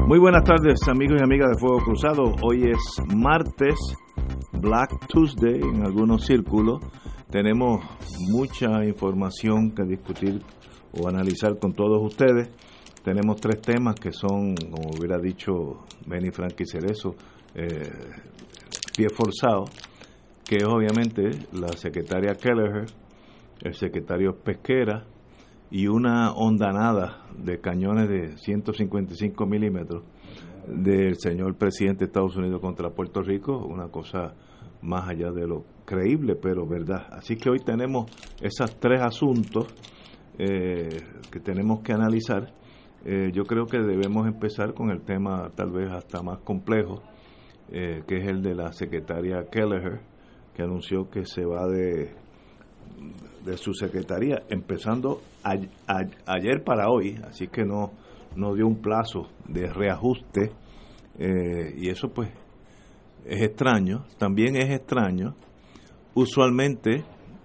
Muy buenas tardes, amigos y amigas de Fuego Cruzado. Hoy es martes, Black Tuesday en algunos círculos. Tenemos mucha información que discutir o analizar con todos ustedes. Tenemos tres temas que son, como hubiera dicho Benny Frankie Cerezo, pie forzado, que es obviamente la secretaria Kelleher, el secretario Pesquera y una hondanada de cañones de 155 milímetros del señor presidente de Estados Unidos contra Puerto Rico, una cosa más allá de lo creíble, pero verdad. Así que hoy tenemos esos tres asuntos que tenemos que analizar. Yo creo que debemos empezar con el tema tal vez hasta más complejo, que es el de la secretaria Kelleher, que anunció que se va de su secretaría, empezando ayer para hoy, así que no dio un plazo de reajuste, y eso pues es extraño. También es extraño, usualmente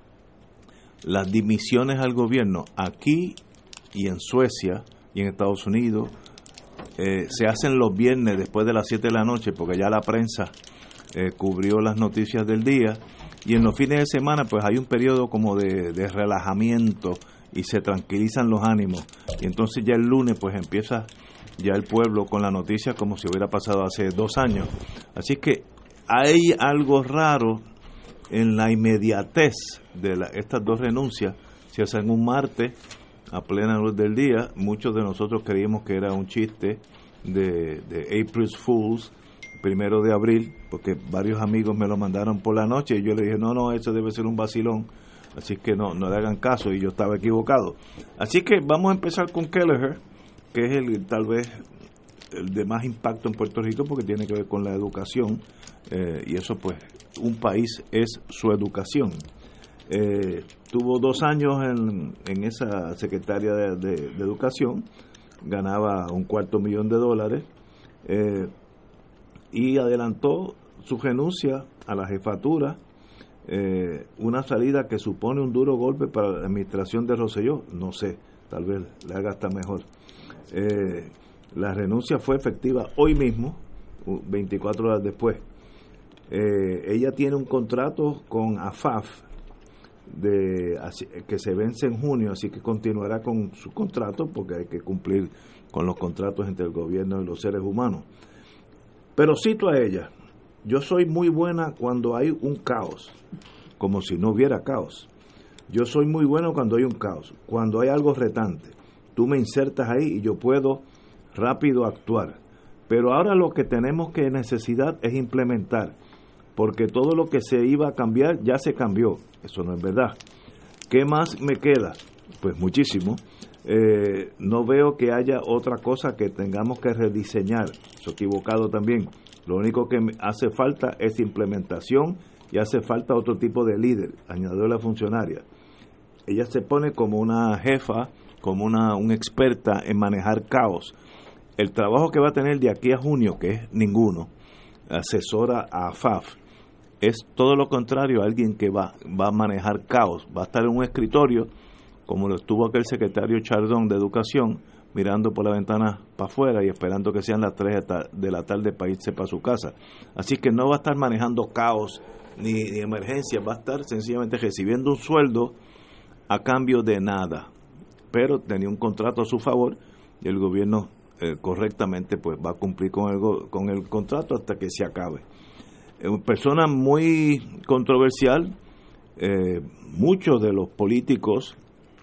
las dimisiones al gobierno aquí y en Suecia y en Estados Unidos se hacen los viernes después de las 7 de la noche, porque ya la prensa cubrió las noticias del día, y en los fines de semana pues hay un periodo como de relajamiento y se tranquilizan los ánimos, y entonces ya el lunes pues empieza ya el pueblo con la noticia como si hubiera pasado hace 2 años. Así que hay algo raro en la inmediatez de estas dos renuncias. Se hacen un martes a plena luz del día. Muchos de nosotros creíamos que era un chiste de April Fools, 1 de abril, porque varios amigos me lo mandaron por la noche y yo le dije, no, eso debe ser un vacilón, así que no le hagan caso, y yo estaba equivocado. Así que vamos a empezar con Kelleher, que es tal vez el de más impacto en Puerto Rico, porque tiene que ver con la educación, y eso pues, un país es su educación. Tuvo 2 años en esa secretaria de educación, ganaba $250,000, y adelantó su renuncia a la jefatura, una salida que supone un duro golpe para la administración de Rosselló. No sé, tal vez le haga hasta mejor. La renuncia fue efectiva hoy mismo, 24 horas después. Ella tiene un contrato con AFAF que se vence en junio, así que continuará con su contrato, porque hay que cumplir con los contratos entre el gobierno y los seres humanos. Pero cito a ella: yo soy muy buena cuando hay un caos, como si no hubiera caos. Yo soy muy bueno cuando hay un caos, cuando hay algo retante. Tú me insertas ahí y yo puedo rápido actuar. Pero ahora lo que tenemos que necesidad es implementar, porque todo lo que se iba a cambiar ya se cambió. Eso no es verdad. ¿Qué más me queda? Pues muchísimo. No veo que haya otra cosa que tengamos que rediseñar. Eso equivocado también. Lo único que hace falta es implementación, y hace falta otro tipo de líder, añadió la funcionaria. Ella se pone como una jefa, como una experta en manejar caos. El trabajo que va a tener de aquí a junio, que es ninguno, asesora a AFAF, es todo lo contrario, alguien que va a manejar caos. Va a estar en un escritorio, como lo estuvo aquel secretario Chardón de Educación, mirando por la ventana para afuera y esperando que sean las 3 de la tarde para irse para su casa. Así que no va a estar manejando caos ni emergencia, va a estar sencillamente recibiendo un sueldo a cambio de nada. Pero tenía un contrato a su favor, y el gobierno correctamente pues va a cumplir con el contrato hasta que se acabe. Persona muy controversial. Muchos de los políticos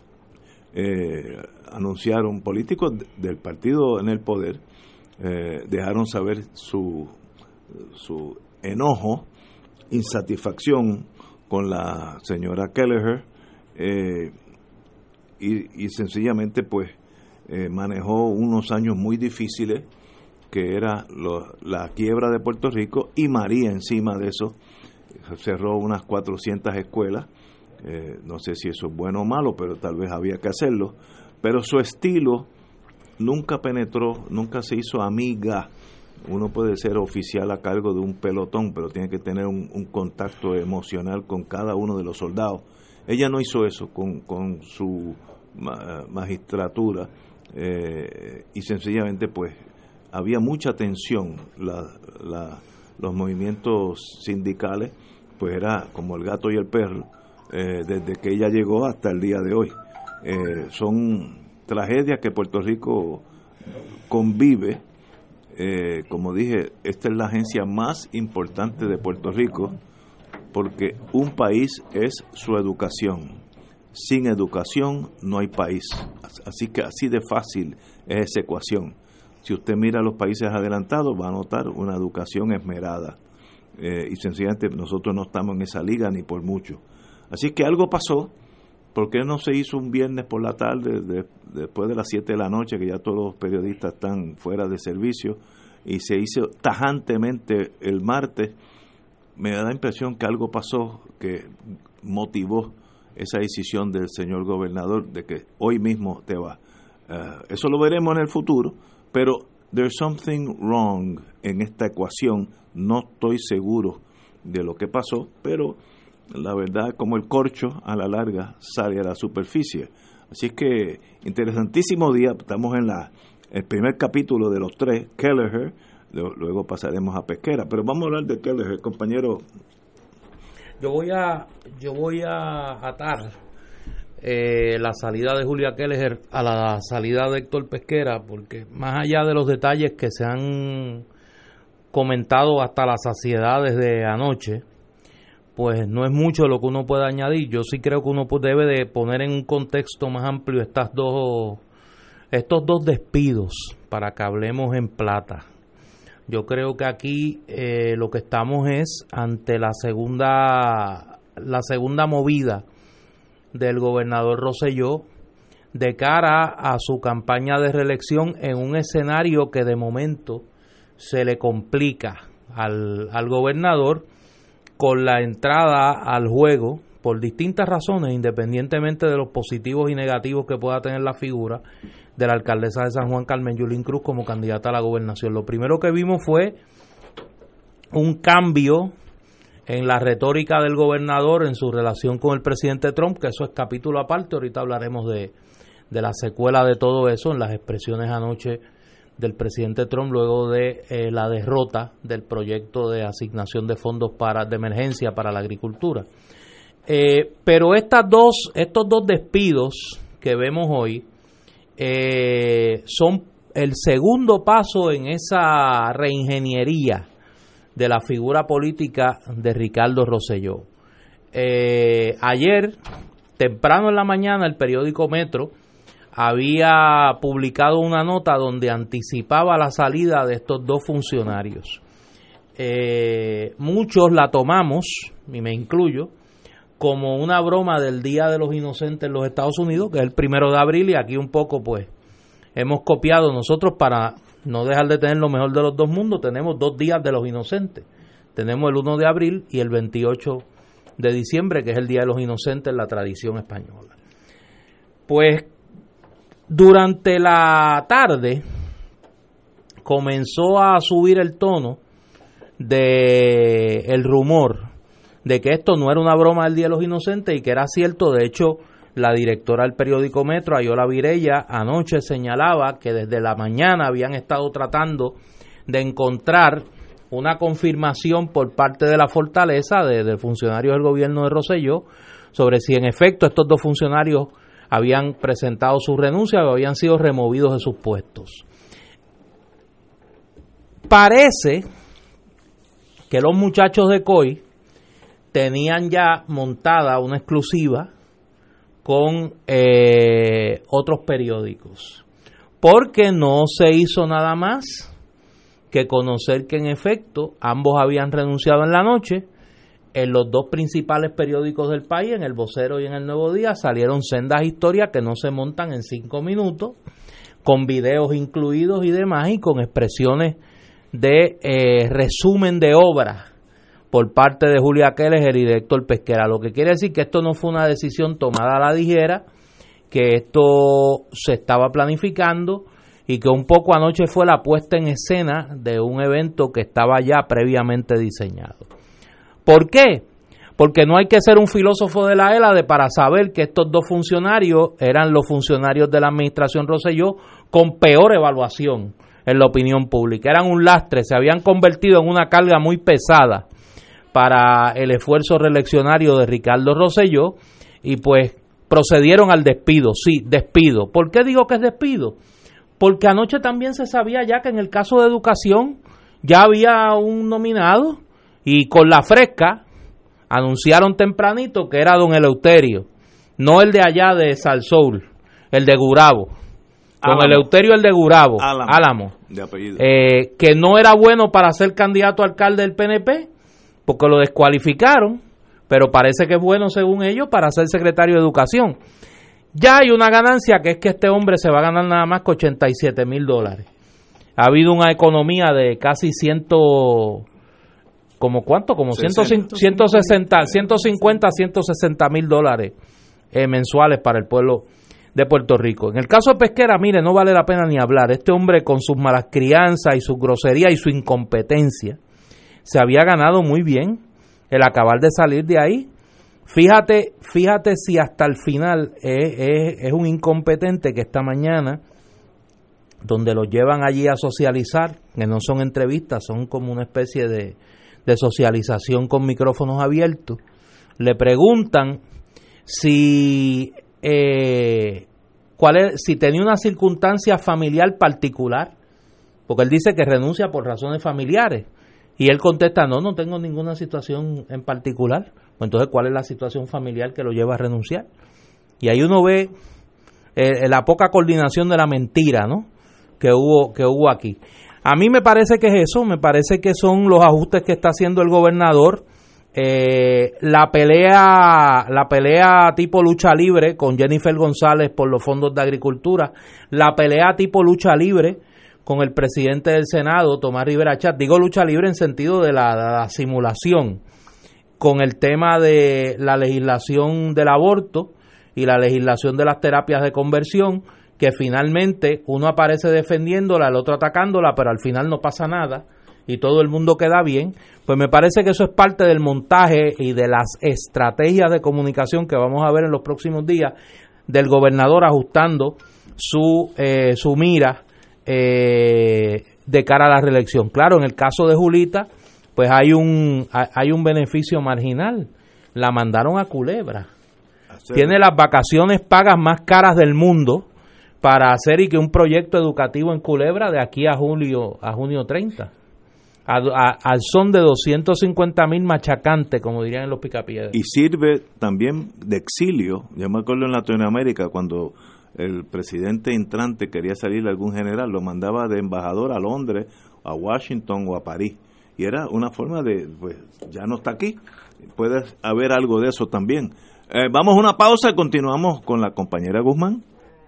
anunciaron, políticos del partido en el poder, dejaron saber su enojo, insatisfacción con la señora Kelleher, y sencillamente pues manejó unos años muy difíciles, que era la quiebra de Puerto Rico, y María encima de eso cerró unas 400 escuelas. No sé si eso es bueno o malo, pero tal vez había que hacerlo. Pero su estilo nunca penetró, nunca se hizo amiga. Uno puede ser oficial a cargo de un pelotón, pero tiene que tener un contacto emocional con cada uno de los soldados. Ella no hizo eso con su magistratura, y sencillamente pues había mucha tensión. Los movimientos sindicales, pues era como el gato y el perro, desde que ella llegó hasta el día de hoy. Son tragedias que Puerto Rico convive. Como dije, esta es la agencia más importante de Puerto Rico, porque un país es su educación. Sin educación no hay país. Así que así de fácil es esa ecuación. Si usted mira los países adelantados, va a notar una educación esmerada. Y sencillamente nosotros no estamos en esa liga ni por mucho. Así que algo pasó. ¿Por qué no se hizo un viernes por la tarde, después de las 7 de la noche, que ya todos los periodistas están fuera de servicio, y se hizo tajantemente el martes? Me da la impresión que algo pasó que motivó esa decisión del señor gobernador de que hoy mismo te va. Eso lo veremos en el futuro, pero there's something wrong en esta ecuación. No estoy seguro de lo que pasó, pero la verdad, como el corcho, a la larga sale a la superficie. Así que, interesantísimo día. Estamos en el primer capítulo de los 3, Kelleher. Luego pasaremos a Pesquera. Pero vamos a hablar de Kelleher, compañero. Yo voy a atar la salida de Julia Kelleher a la salida de Héctor Pesquera, porque más allá de los detalles que se han comentado hasta la saciedad desde anoche, pues no es mucho lo que uno puede añadir. Yo sí creo que uno debe de poner en un contexto más amplio estos dos despidos para que hablemos en plata. Yo creo que aquí lo que estamos es ante la segunda movida del gobernador Rosselló de cara a su campaña de reelección en un escenario que de momento se le complica al gobernador con la entrada al juego, por distintas razones, independientemente de los positivos y negativos que pueda tener la figura de la alcaldesa de San Juan, Carmen Yulín Cruz, como candidata a la gobernación. Lo primero que vimos fue un cambio en la retórica del gobernador en su relación con el presidente Trump, que eso es capítulo aparte. Ahorita hablaremos de la secuela de todo eso, en las expresiones anoche del presidente Trump luego de la derrota del proyecto de asignación de fondos de emergencia para la agricultura. Pero estos dos despidos que vemos hoy son el segundo paso en esa reingeniería de la figura política de Ricardo Rosselló. Ayer, temprano en la mañana, el periódico Metro había publicado una nota donde anticipaba la salida de estos dos funcionarios. Muchos la tomamos, y me incluyo, como una broma del Día de los Inocentes en los Estados Unidos, que es el 1 de abril, y aquí un poco pues hemos copiado nosotros para no dejar de tener lo mejor de los dos mundos. Tenemos 2 días de los Inocentes. Tenemos el 1 de abril y el 28 de diciembre, que es el Día de los Inocentes en la tradición española. Pues durante la tarde comenzó a subir el tono de el rumor de que esto no era una broma del Día de los Inocentes y que era cierto. De hecho, la directora del periódico Metro, Ayola Virella, anoche señalaba que desde la mañana habían estado tratando de encontrar una confirmación por parte de la Fortaleza, de funcionarios del gobierno de Rosselló, sobre si en efecto estos dos funcionarios habían presentado su renuncia o habían sido removidos de sus puestos. Parece que los muchachos de COI tenían ya montada una exclusiva con otros periódicos, porque no se hizo nada más que conocer que en efecto ambos habían renunciado en la noche. En los dos principales periódicos del país, en El Vocero y en El Nuevo Día, salieron sendas historias que no se montan en 5 minutos, con videos incluidos y demás, y con expresiones de resumen de obra por parte de Julia Kelleher y de Héctor Pesquera. Lo que quiere decir que esto no fue una decisión tomada a la ligera, que esto se estaba planificando y que un poco anoche fue la puesta en escena de un evento que estaba ya previamente diseñado. ¿Por qué? Porque no hay que ser un filósofo de la ELA para saber que estos dos funcionarios eran los funcionarios de la administración Rosselló con peor evaluación en la opinión pública. Eran un lastre, se habían convertido en una carga muy pesada para el esfuerzo reeleccionario de Ricardo Rosselló y pues procedieron al despido. Sí, despido. ¿Por qué digo que es despido? Porque anoche también se sabía ya que en el caso de educación ya había un nominado y con la fresca anunciaron tempranito que era don Eleuterio, no el de allá de Salsoul, el de Gurabo. Don Eleuterio, el de Gurabo, Álamo, de apellido. Que no era bueno para ser candidato a alcalde del PNP, porque lo descualificaron, pero parece que es bueno, según ellos, para ser secretario de Educación. Ya hay una ganancia, que es que este hombre se va a ganar nada más que $87,000. Ha habido una economía de casi ¿como cuánto? Como 150, 160 mil dólares mensuales para el pueblo de Puerto Rico. En el caso de Pesquera, mire, no vale la pena ni hablar. Este hombre, con sus malas crianzas y su grosería y su incompetencia, se había ganado muy bien el acabar de salir de ahí. Fíjate si hasta el final es un incompetente que esta mañana, donde los llevan allí a socializar, que no son entrevistas, son como una especie de socialización con micrófonos abiertos, le preguntan si si tenía una circunstancia familiar particular, porque él dice que renuncia por razones familiares, y él contesta, no tengo ninguna situación en particular. Entonces, ¿cuál es la situación familiar que lo lleva a renunciar? Y ahí uno ve la poca coordinación de la mentira, ¿no?, que hubo aquí. A mí me parece que es eso, me parece que son los ajustes que está haciendo el gobernador. La pelea tipo lucha libre con Jennifer González por los fondos de agricultura, la pelea tipo lucha libre con el presidente del Senado, Tomás Rivera Chatz, digo lucha libre en sentido de la simulación, con el tema de la legislación del aborto y la legislación de las terapias de conversión, que finalmente uno aparece defendiéndola, el otro atacándola, pero al final no pasa nada y todo el mundo queda bien. Pues me parece que eso es parte del montaje y de las estrategias de comunicación que vamos a ver en los próximos días del gobernador ajustando su mira de cara a la reelección. Claro, en el caso de Julita, pues hay un beneficio marginal. La mandaron a Culebra. Tiene las vacaciones pagas más caras del mundo para hacer y que un proyecto educativo en Culebra de aquí a junio 30. Al son de 250,000 machacantes, como dirían en los picapiedras. Y sirve también de exilio. Yo me acuerdo en Latinoamérica cuando el presidente entrante quería salir algún general, lo mandaba de embajador a Londres, a Washington o a París. Y era una forma de, pues ya no está aquí, puede haber algo de eso también. Vamos a una pausa y continuamos con la compañera Guzmán.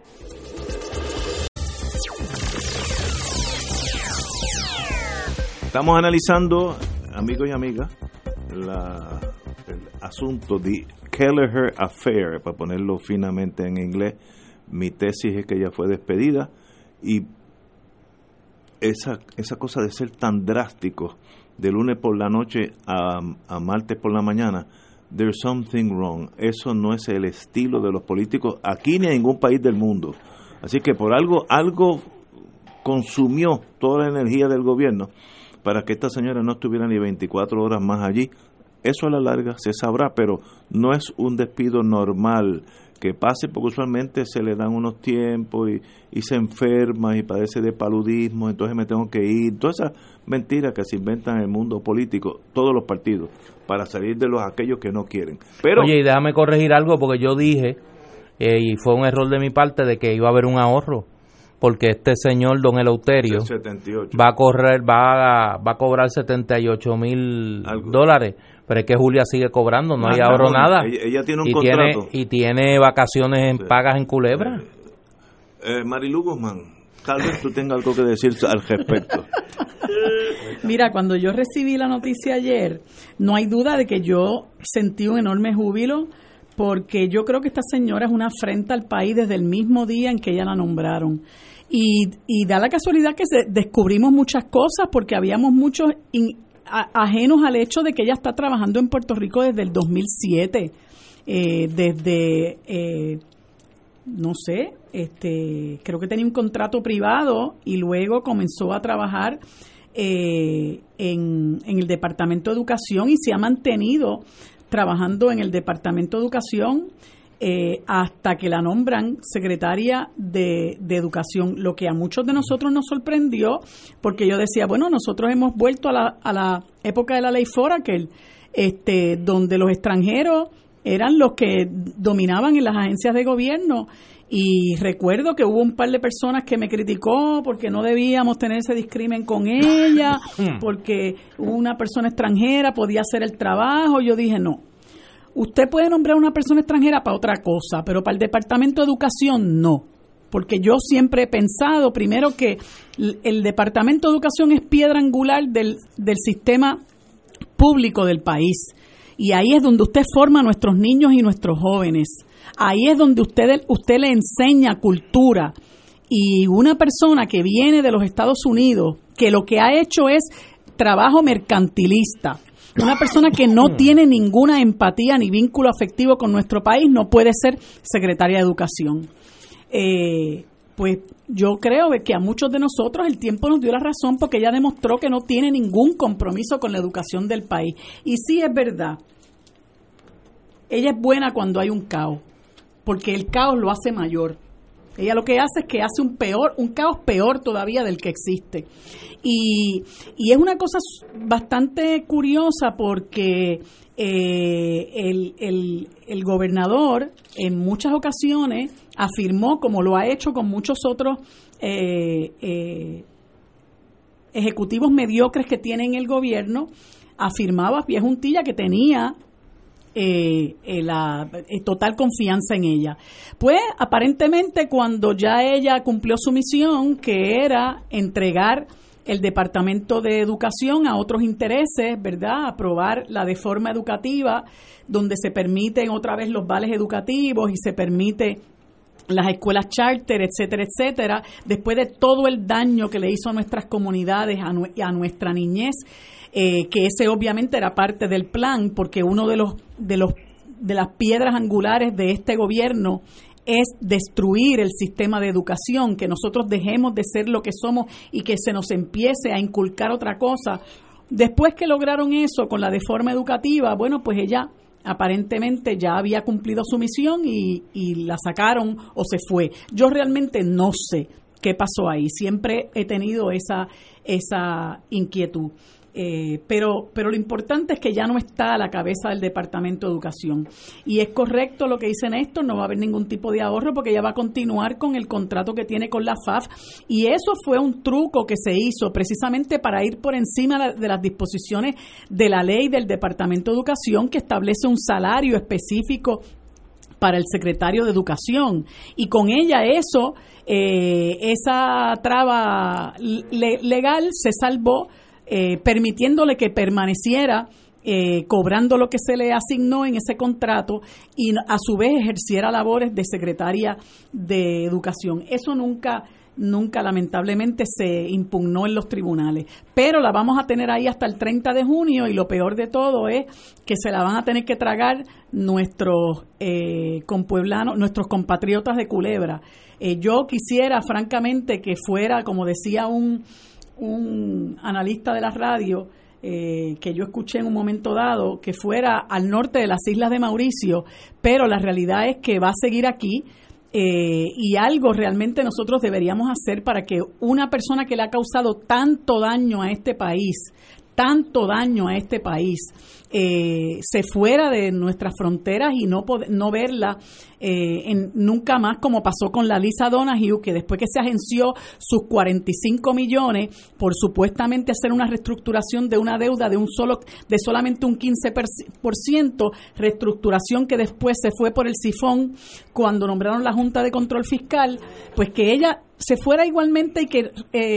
Estamos analizando, amigos y amigas, el asunto de Kelleher Affair, para ponerlo finamente en inglés. Mi tesis es que ella fue despedida y esa cosa de ser tan drástico de lunes por la noche a martes por la mañana, there's something wrong. Eso no es el estilo de los políticos aquí ni en ningún país del mundo. Así que por algo consumió toda la energía del gobierno para que esta señora no estuviera ni 24 horas más allí. Eso a la larga se sabrá, pero no es un despido normal que pase, porque usualmente se le dan unos tiempos y se enferma y padece de paludismo, entonces me tengo que ir. Todas esas mentiras que se inventan en el mundo político, todos los partidos, para salir de aquellos que no quieren. Pero, oye, y déjame corregir algo, porque yo dije, y fue un error de mi parte, de que iba a haber un ahorro, porque este señor, don Eleuterio, 78. va a cobrar $78,000, pero es que Julia sigue cobrando, no hay ahorro nada. Ella tiene un contrato. Y tiene vacaciones pagas en Culebra. Marilu Guzmán, tal vez tú tengas algo que decir al respecto. Mira, cuando yo recibí la noticia ayer, no hay duda de que yo sentí un enorme júbilo, porque yo creo que esta señora es una afrenta al país desde el mismo día en que ella la nombraron. Y da la casualidad que descubrimos muchas cosas, porque habíamos muchos ajenos al hecho de que ella está trabajando en Puerto Rico desde el 2007, desde no sé, creo que tenía un contrato privado y luego comenzó a trabajar en el Departamento de Educación y se ha mantenido trabajando en el Departamento de Educación hasta que la nombran secretaria de Educación, lo que a muchos de nosotros nos sorprendió, porque yo decía, bueno, nosotros hemos vuelto a la época de la ley Foraker, donde los extranjeros eran los que dominaban en las agencias de gobierno, y recuerdo que hubo un par de personas que me criticó porque no debíamos tener ese discrimen con ella, porque una persona extranjera podía hacer el trabajo. Yo dije, no, usted puede nombrar a una persona extranjera para otra cosa, pero para el Departamento de Educación no, porque yo siempre he pensado, primero, que el Departamento de Educación es piedra angular del sistema público del país, y ahí es donde usted forma a nuestros niños y nuestros jóvenes, ahí es donde usted le enseña cultura, y una persona que viene de los Estados Unidos, que lo que ha hecho es trabajo mercantilista, una persona que no tiene ninguna empatía ni vínculo afectivo con nuestro país, no puede ser secretaria de Educación. Pues yo creo que a muchos de nosotros el tiempo nos dio la razón, porque ella demostró que no tiene ningún compromiso con la educación del país. Y sí, es verdad, ella es buena cuando hay un caos, porque el caos lo hace mayor. Ella lo que hace es que hace un caos peor todavía del que existe. Y es una cosa bastante curiosa, porque el gobernador en muchas ocasiones afirmó, como lo ha hecho con muchos otros ejecutivos mediocres que tiene en el gobierno, afirmaba a pie juntilla que tenía total confianza en ella. Pues aparentemente, cuando ya ella cumplió su misión, que era entregar el Departamento de Educación a otros intereses, ¿verdad?, aprobar la reforma educativa, donde se permiten otra vez los vales educativos y se permite las escuelas charter, etcétera, etcétera, después de todo el daño que le hizo a nuestras comunidades, a nuestra niñez, que ese obviamente era parte del plan, porque uno de las piedras angulares de este gobierno es destruir el sistema de educación, que nosotros dejemos de ser lo que somos y que se nos empiece a inculcar otra cosa. Después que lograron eso con la reforma educativa, bueno, pues ella aparentemente ya había cumplido su misión y la sacaron o se fue. Yo realmente no sé qué pasó ahí, siempre he tenido esa inquietud. Pero lo importante es que ya no está a la cabeza del Departamento de Educación, y es correcto lo que dice Néstor, no va a haber ningún tipo de ahorro porque ella va a continuar con el contrato que tiene con la FAF, y eso fue un truco que se hizo precisamente para ir por encima de las disposiciones de la ley del Departamento de Educación, que establece un salario específico para el secretario de Educación, y con ella esa traba legal se salvó, permitiéndole que permaneciera cobrando lo que se le asignó en ese contrato y a su vez ejerciera labores de secretaria de Educación. Eso nunca lamentablemente se impugnó en los tribunales, pero la vamos a tener ahí hasta el 30 de junio, y lo peor de todo es que se la van a tener que tragar nuestros compueblanos, nuestros compatriotas de Culebra. Yo quisiera francamente que fuera, como decía un analista de la radio que yo escuché en un momento dado, que fuera al norte de las Islas de Mauricio, pero la realidad es que va a seguir aquí, y algo realmente nosotros deberíamos hacer para que una persona que le ha causado tanto daño a este país, se fuera de nuestras fronteras y no verla nunca más, como pasó con la Lisa Donahue, que después que se agenció sus 45 millones por supuestamente hacer una reestructuración de una deuda de solamente un 15%, reestructuración que después se fue por el sifón cuando nombraron la Junta de Control Fiscal, pues que ella se fuera igualmente, y que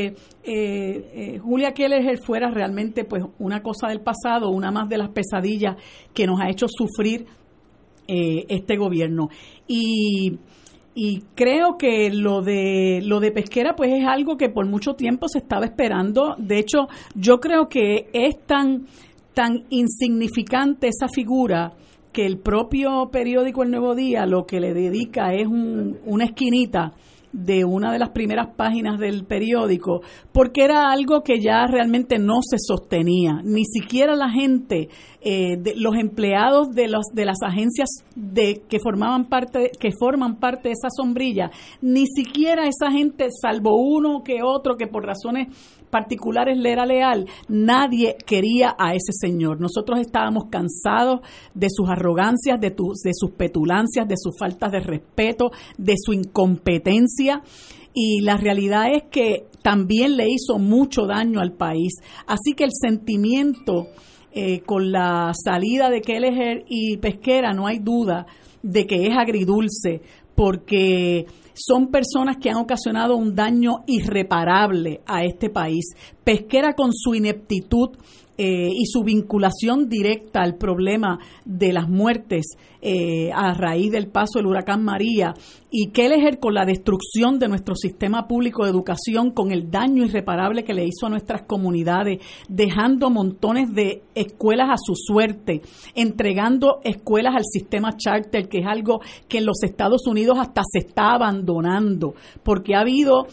Julia Keller fuera realmente pues una cosa del pasado, una más de las pesadillas que nos ha hecho sufrir este gobierno. Y creo que lo de Pesquera pues es algo que por mucho tiempo se estaba esperando. De hecho, yo creo que es tan insignificante esa figura que el propio periódico El Nuevo Día lo que le dedica es una esquinita de una de las primeras páginas del periódico, porque era algo que ya realmente no se sostenía. Ni siquiera la gente, los empleados de las agencias que forman parte de esa sombrilla, ni siquiera esa gente, salvo uno que otro que por razones particulares le era leal, nadie quería a ese señor. Nosotros estábamos cansados de sus arrogancias, de sus petulancias, de sus faltas de respeto, de su incompetencia, y la realidad es que también le hizo mucho daño al país. Así que el sentimiento con la salida de Kelleher y Pesquera, no hay duda de que es agridulce, porque son personas que han ocasionado un daño irreparable a este país. Pesquera, con su ineptitud y su vinculación directa al problema de las muertes a raíz del paso del huracán María, y Kelleher con la destrucción de nuestro sistema público de educación, con el daño irreparable que le hizo a nuestras comunidades, dejando montones de escuelas a su suerte, entregando escuelas al sistema charter, que es algo que en los Estados Unidos hasta se está abandonando, porque ha habido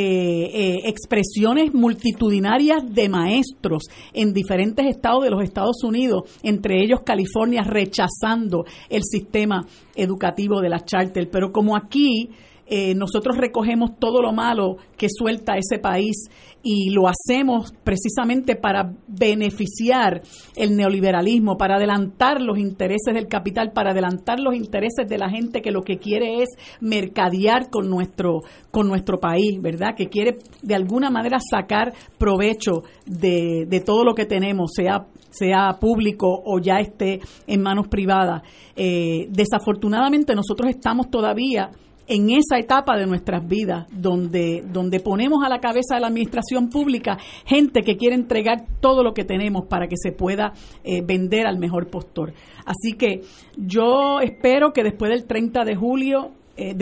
expresiones multitudinarias de maestros en diferentes estados de los Estados Unidos, entre ellos California, rechazando el sistema educativo de la charter. Pero como aquí nosotros recogemos todo lo malo que suelta ese país y lo hacemos precisamente para beneficiar el neoliberalismo, para adelantar los intereses del capital, para adelantar los intereses de la gente que lo que quiere es mercadear con nuestro país, ¿verdad? Que quiere de alguna manera sacar provecho de todo lo que tenemos, sea público o ya esté en manos privadas. Desafortunadamente nosotros estamos todavía en esa etapa de nuestras vidas donde ponemos a la cabeza de la administración pública gente que quiere entregar todo lo que tenemos para que se pueda vender al mejor postor. Así que yo espero que después del 30 de junio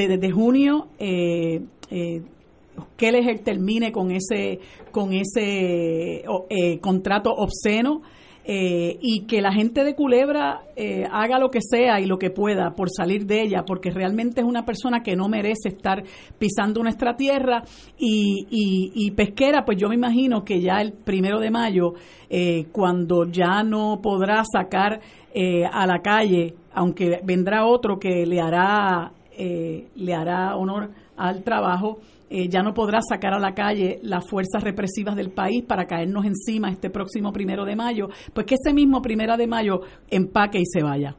Kelleher termine con ese contrato obsceno, y que la gente de Culebra haga lo que sea y lo que pueda por salir de ella, porque realmente es una persona que no merece estar pisando nuestra tierra. Y Pesquera, pues yo me imagino que ya el 1 de mayo, cuando ya no podrá sacar a la calle, aunque vendrá otro que le hará honor al trabajo, ya no podrá sacar a la calle las fuerzas represivas del país para caernos encima este próximo 1 de mayo, pues que ese mismo 1 de mayo empaque y se vaya.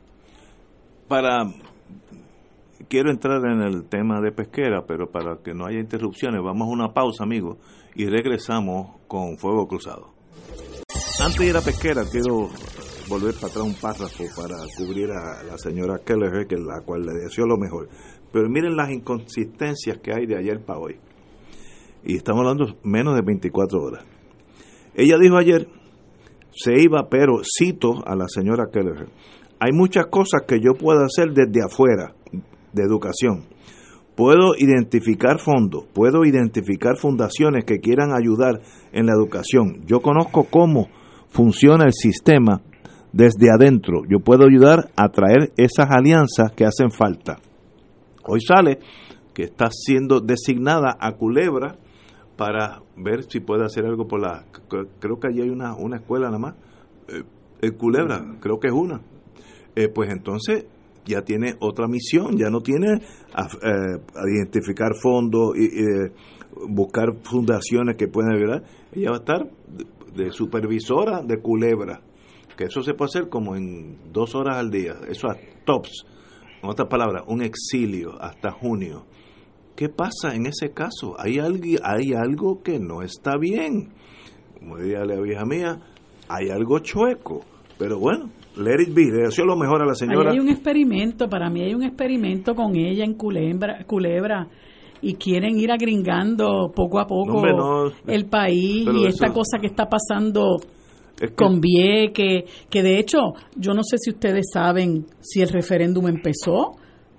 Quiero entrar en el tema de Pesquera, pero para que no haya interrupciones, vamos a una pausa, amigos, y regresamos con Fuego Cruzado. Antes de ir a Pesquera, quiero volver para atrás un párrafo para cubrir a la señora Kelleher, que la cual le deseo lo mejor. Pero miren las inconsistencias que hay de ayer para hoy. Y estamos hablando menos de 24 horas. Ella dijo ayer, se iba, pero cito a la señora Kelleher: hay muchas cosas que yo puedo hacer desde afuera de educación. Puedo identificar fondos, puedo identificar fundaciones que quieran ayudar en la educación. Yo conozco cómo funciona el sistema desde adentro. Yo puedo ayudar a traer esas alianzas que hacen falta. Hoy sale que está siendo designada a Culebra para ver si puede hacer algo por creo que allí hay una escuela nada más, Culebra, creo que es una. Pues entonces ya tiene otra misión, ya no tiene a identificar fondos y buscar fundaciones que puedan ayudar. Ella va a estar de supervisora de Culebra, que eso se puede hacer como en 2 horas al día, eso a tops. En otras palabras, un exilio hasta junio. ¿Qué pasa en ese caso? Hay algo que no está bien. Como diría la vieja mía, hay algo chueco. Pero bueno, let it be. Le deseo lo mejor a la señora. Ahí hay un experimento, para mí hay un experimento con ella en Culebra. Y quieren ir agringando poco a poco el país y esta cosa que está pasando con Vieques, que de hecho, yo no sé si ustedes saben si el referéndum empezó,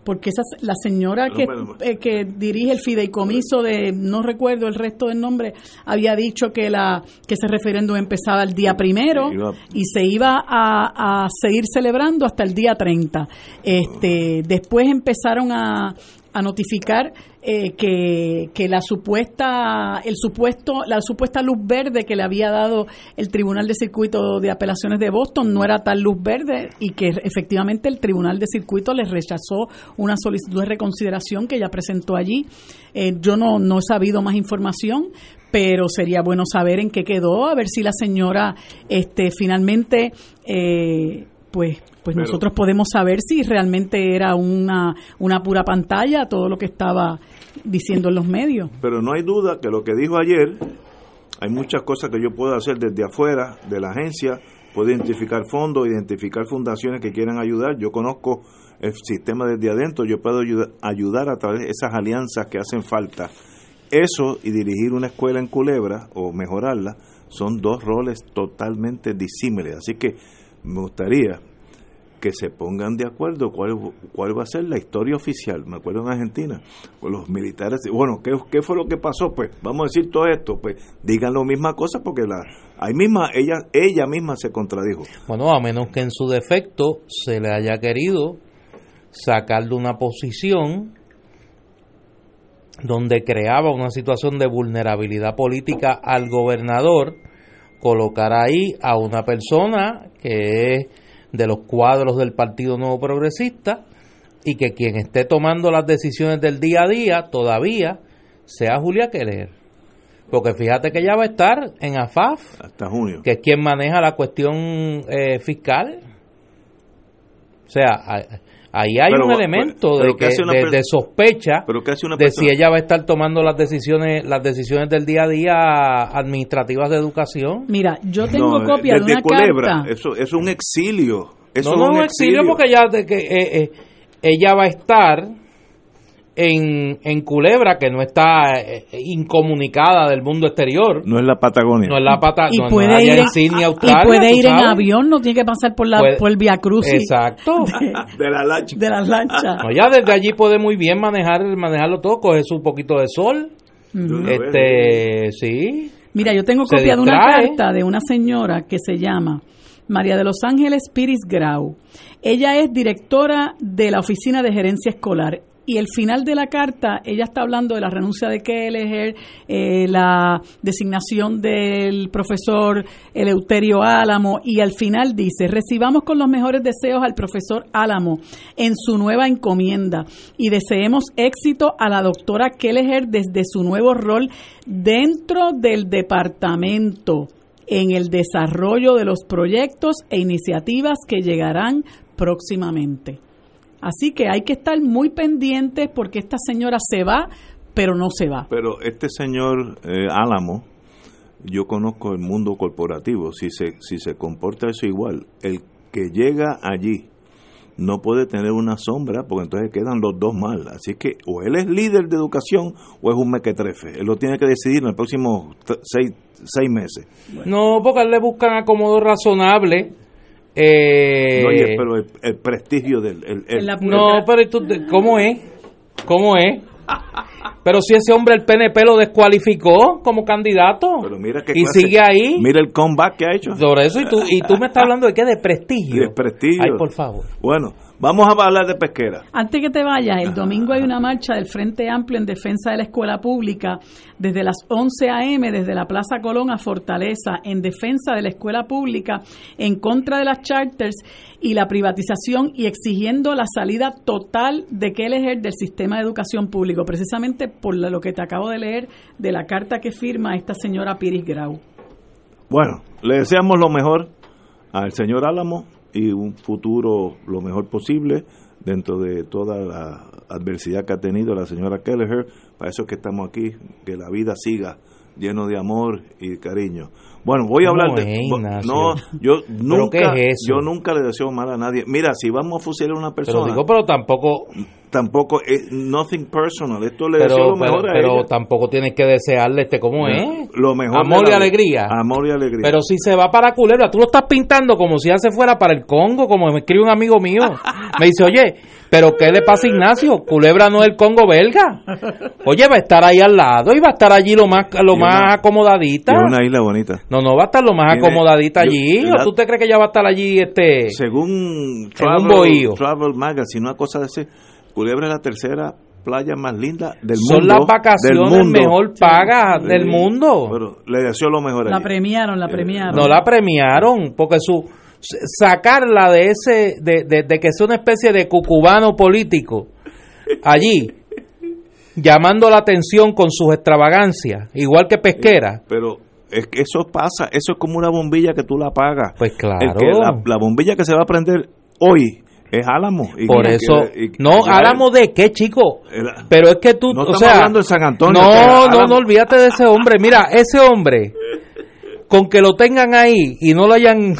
porque la señora que dirige el fideicomiso de, no recuerdo el resto del nombre, había dicho que ese referéndum empezaba el día 1 y se iba a seguir celebrando hasta el día 30. Después empezaron a notificar que la supuesta luz verde que le había dado el Tribunal de Circuito de Apelaciones de Boston no era tal luz verde, y que efectivamente el Tribunal de Circuito les rechazó una solicitud de reconsideración que ella presentó allí. Yo no he sabido más información, pero sería bueno saber en qué quedó, a ver si la señora finalmente pues nosotros podemos saber si realmente era una pura pantalla todo lo que estaba diciendo en los medios. Pero no hay duda que lo que dijo ayer, hay muchas cosas que yo puedo hacer desde afuera de la agencia, puedo identificar fondos, identificar fundaciones que quieran ayudar. Yo conozco el sistema desde adentro, yo puedo ayudar a través de esas alianzas que hacen falta. Eso y dirigir una escuela en Culebra o mejorarla son dos roles totalmente disímiles, así que me gustaría que se pongan de acuerdo cuál va a ser la historia oficial. Me acuerdo en Argentina, con los militares, bueno, ¿qué fue lo que pasó? Pues vamos a decir todo esto, pues digan la misma cosa, porque ella misma se contradijo. Bueno, a menos que en su defecto se le haya querido sacar de una posición donde creaba una situación de vulnerabilidad política al gobernador, colocar ahí a una persona que es de los cuadros del Partido Nuevo Progresista, y que quien esté tomando las decisiones del día a día todavía sea Julia Keller, porque fíjate que ella va a estar en AFAF hasta junio, que es quien maneja la cuestión fiscal. O sea, ahí hay un elemento de sospecha de si ella va a estar tomando las decisiones del día a día administrativas de educación. Mira, yo tengo copia de una Culebra, carta. Eso es un exilio. Eso no es un exilio, porque ella va a estar en Culebra, que no está incomunicada del mundo exterior. No es la Patagonia. No es la Patagonia. Y puede ir Australia, y puede ir en avión, no tiene que pasar por el Via Crucis. Exacto. De las lanchas. No, ya desde allí puede muy bien manejarlo todo, coge su poquito de sol. Sí. Mira, yo tengo copia de una carta de una señora que se llama María de los Ángeles Piris Grau. Ella es directora de la Oficina de Gerencia Escolar. Y el final de la carta, ella está hablando de la renuncia de Kelleher, la designación del profesor Eleuterio Álamo, y al final dice: recibamos con los mejores deseos al profesor Álamo en su nueva encomienda y deseemos éxito a la doctora Kelleher desde su nuevo rol dentro del departamento en el desarrollo de los proyectos e iniciativas que llegarán próximamente. Así que hay que estar muy pendientes, porque esta señora se va, pero no se va. Pero este señor Álamo, yo conozco el mundo corporativo. Si se comporta eso igual, el que llega allí no puede tener una sombra, porque entonces quedan los dos mal. Así que o él es líder de educación o es un mequetrefe. Él lo tiene que decidir en los próximos 6 meses. Bueno. No, porque a él le buscan acomodo razonable. No, oye, pero el prestigio del... No, pero ¿cómo es? Pero si ese hombre el PNP lo descualificó como candidato, pero mira qué y sigue ahí. Mira el comeback que ha hecho. Sobre eso, y tú me estás hablando de qué, de prestigio. De prestigio. Ay, por favor. Bueno, vamos a hablar de Pesquera. Antes que te vayas, el domingo hay una marcha del Frente Amplio en defensa de la escuela pública desde las 11 a.m. desde la Plaza Colón a Fortaleza, en defensa de la escuela pública, en contra de las charters y la privatización, y exigiendo la salida total de Kelleher del sistema de educación público, precisamente por lo que te acabo de leer de la carta que firma esta señora Piris Grau. Bueno, le deseamos lo mejor al señor Álamo y un futuro lo mejor posible dentro de toda la adversidad que ha tenido la señora Kelleher. Para eso es que estamos aquí, que la vida siga lleno de amor y cariño. Bueno, voy a hablar de... No, yo nunca le deseo mal a nadie. Mira, si vamos a fusilar a una persona... Pero tampoco... tampoco es nothing personal. Esto le deseo lo mejor a pero ella. tampoco tienes que desearle ¿cómo es? Lo mejor amor y alegría. Amor y alegría. Pero si se va para Culebra, tú lo estás pintando como si ya se fuera para el Congo, como me escribe un amigo mío. Me dice, oye, ¿pero qué le pasa a Ignacio? Culebra no es el Congo belga. Oye, va a estar ahí al lado y va a estar allí lo más acomodadita. Es una isla bonita. No, va a estar lo más acomodadita allí. ¿O tú te crees que ella va a estar allí según Travel Magazine, una cosa de ese, Culebra es la tercera playa más linda del mundo. Son las vacaciones mejor pagas del mundo. Pero le deseo lo mejor a ella. La premiaron. No la premiaron, porque sacarla de ese, de que sea una especie de cucubano político allí, llamando la atención con sus extravagancias, igual que Pesquera. Pero es que eso pasa, eso es como una bombilla que tú la apagas. Pues claro. La bombilla que se va a prender hoy es Álamo. Por eso, Álamo de qué, chico. Pero es que tú, no estamos hablando de San Antonio. No, olvídate de ese hombre. Mira, ese hombre, con que lo tengan ahí y no lo hayan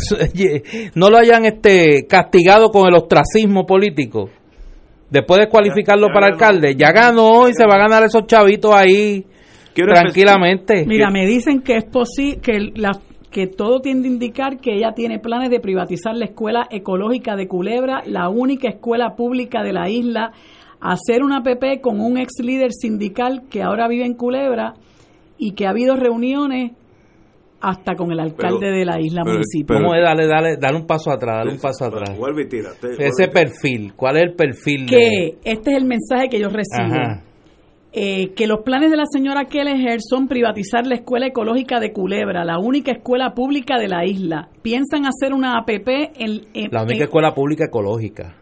castigado con el ostracismo político, después de cualificarlo para alcalde, ya ganó y se va a ganar esos chavitos ahí tranquilamente. Mira, me dicen que es posible que todo tiende a indicar que ella tiene planes de privatizar la escuela ecológica de Culebra, la única escuela pública de la isla, hacer una APP con un ex líder sindical que ahora vive en Culebra y que ha habido reuniones hasta con el alcalde de la isla municipio. ¿Cómo es? Dale un paso atrás, Vuelve y tírate. Ese perfil, ¿cuál es el perfil? Este es el mensaje que yo recibo. Ajá. Que los planes de la señora Kelleher son privatizar la escuela ecológica de Culebra, la única escuela pública de la isla. Piensan hacer una APP la única escuela pública ecológica.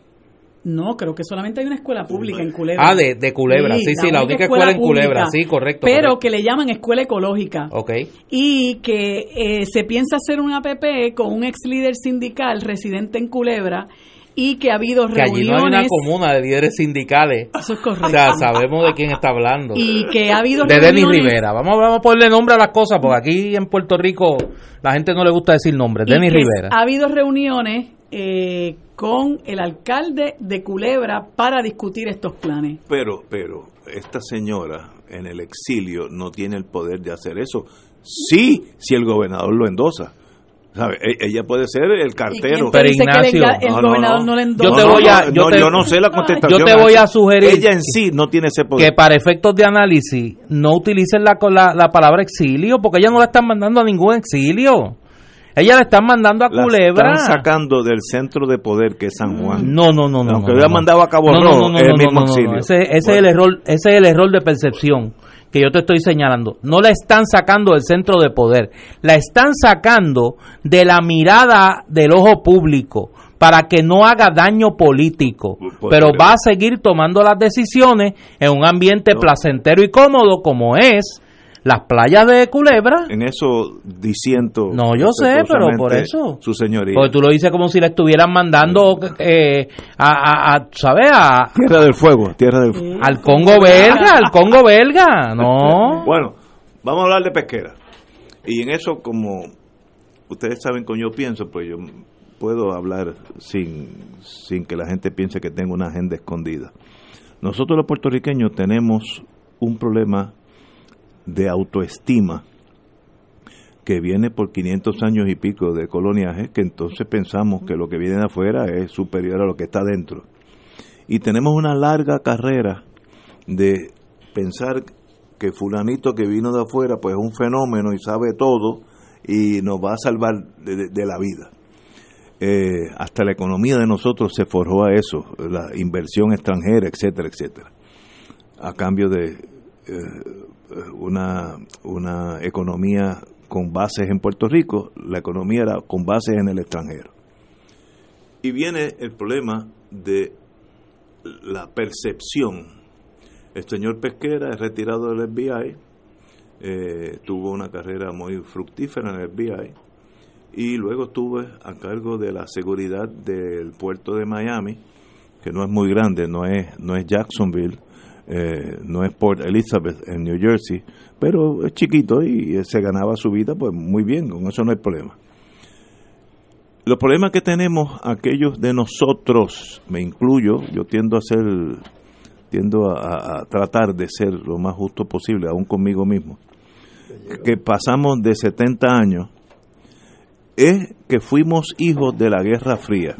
No, creo que solamente hay una escuela pública en Culebra. De Culebra, sí, la única escuela en Culebra, sí, correcto. Pero correcto. que le llaman escuela ecológica. Okay. Y que se piensa hacer una APP con un ex líder sindical residente en Culebra y que ha habido reuniones. Que allí no hay una comuna de líderes sindicales. Eso es correcto. O sea, sabemos de quién está hablando. Y que ha habido de Denis Rivera. Vamos a ponerle nombre a las cosas, porque aquí en Puerto Rico la gente no le gusta decir nombres. Denis Rivera. Ha habido reuniones con el alcalde de Culebra para discutir estos planes. Pero esta señora en el exilio no tiene el poder de hacer eso. Sí, si el gobernador lo endosa. ¿Sabe? Ella puede ser el cartero. Pero Ignacio, el gobernador no le endosa. Yo no sé la contestación. Yo te voy a sugerir. Ella en sí no tiene ese poder. Que para efectos de análisis no utilicen la palabra exilio, porque ella no la están mandando a ningún exilio. Ella la están mandando a Culebra. La están sacando del centro de poder que es San Juan. No. Aunque hubiera mandado a Cabo Rojo, es el mismo exilio. Ese es el error, ese es el error de percepción que yo te estoy señalando. No la están sacando del centro de poder, la están sacando de la mirada del ojo público para que no haga daño político, pero va a seguir tomando las decisiones en un ambiente placentero y cómodo como es las playas de Culebra. En eso disiento. No, yo sé, pero por eso. Su señoría. Porque tú lo dices como si la estuvieran mandando ¿sabes? Tierra del Fuego. Al Congo belga, no. Bueno, vamos a hablar de pesquera. Y en eso, como ustedes saben cómo yo pienso, pues yo puedo hablar sin que la gente piense que tengo una agenda escondida. Nosotros los puertorriqueños tenemos un problema de autoestima que viene por 500 años y pico de coloniaje, que entonces pensamos que lo que viene de afuera es superior a lo que está dentro. Y tenemos una larga carrera de pensar que fulanito que vino de afuera pues es un fenómeno y sabe todo y nos va a salvar de la vida. Hasta la economía de nosotros se forjó a eso, la inversión extranjera, etcétera, etcétera, a cambio de una economía con bases en Puerto Rico. La economía era con bases en el extranjero. Y viene el problema de la percepción. El señor Pesquera es retirado del FBI, tuvo una carrera muy fructífera en el FBI y luego estuvo a cargo de la seguridad del puerto de Miami, que no es muy grande, no es Jacksonville, no es Port Elizabeth en New Jersey, pero es chiquito y se ganaba su vida pues muy bien, con eso no hay problema. Los problemas que tenemos aquellos de nosotros, me incluyo, yo tiendo a tratar de ser lo más justo posible, aún conmigo mismo, que pasamos de 70 años, es que fuimos hijos de la Guerra Fría.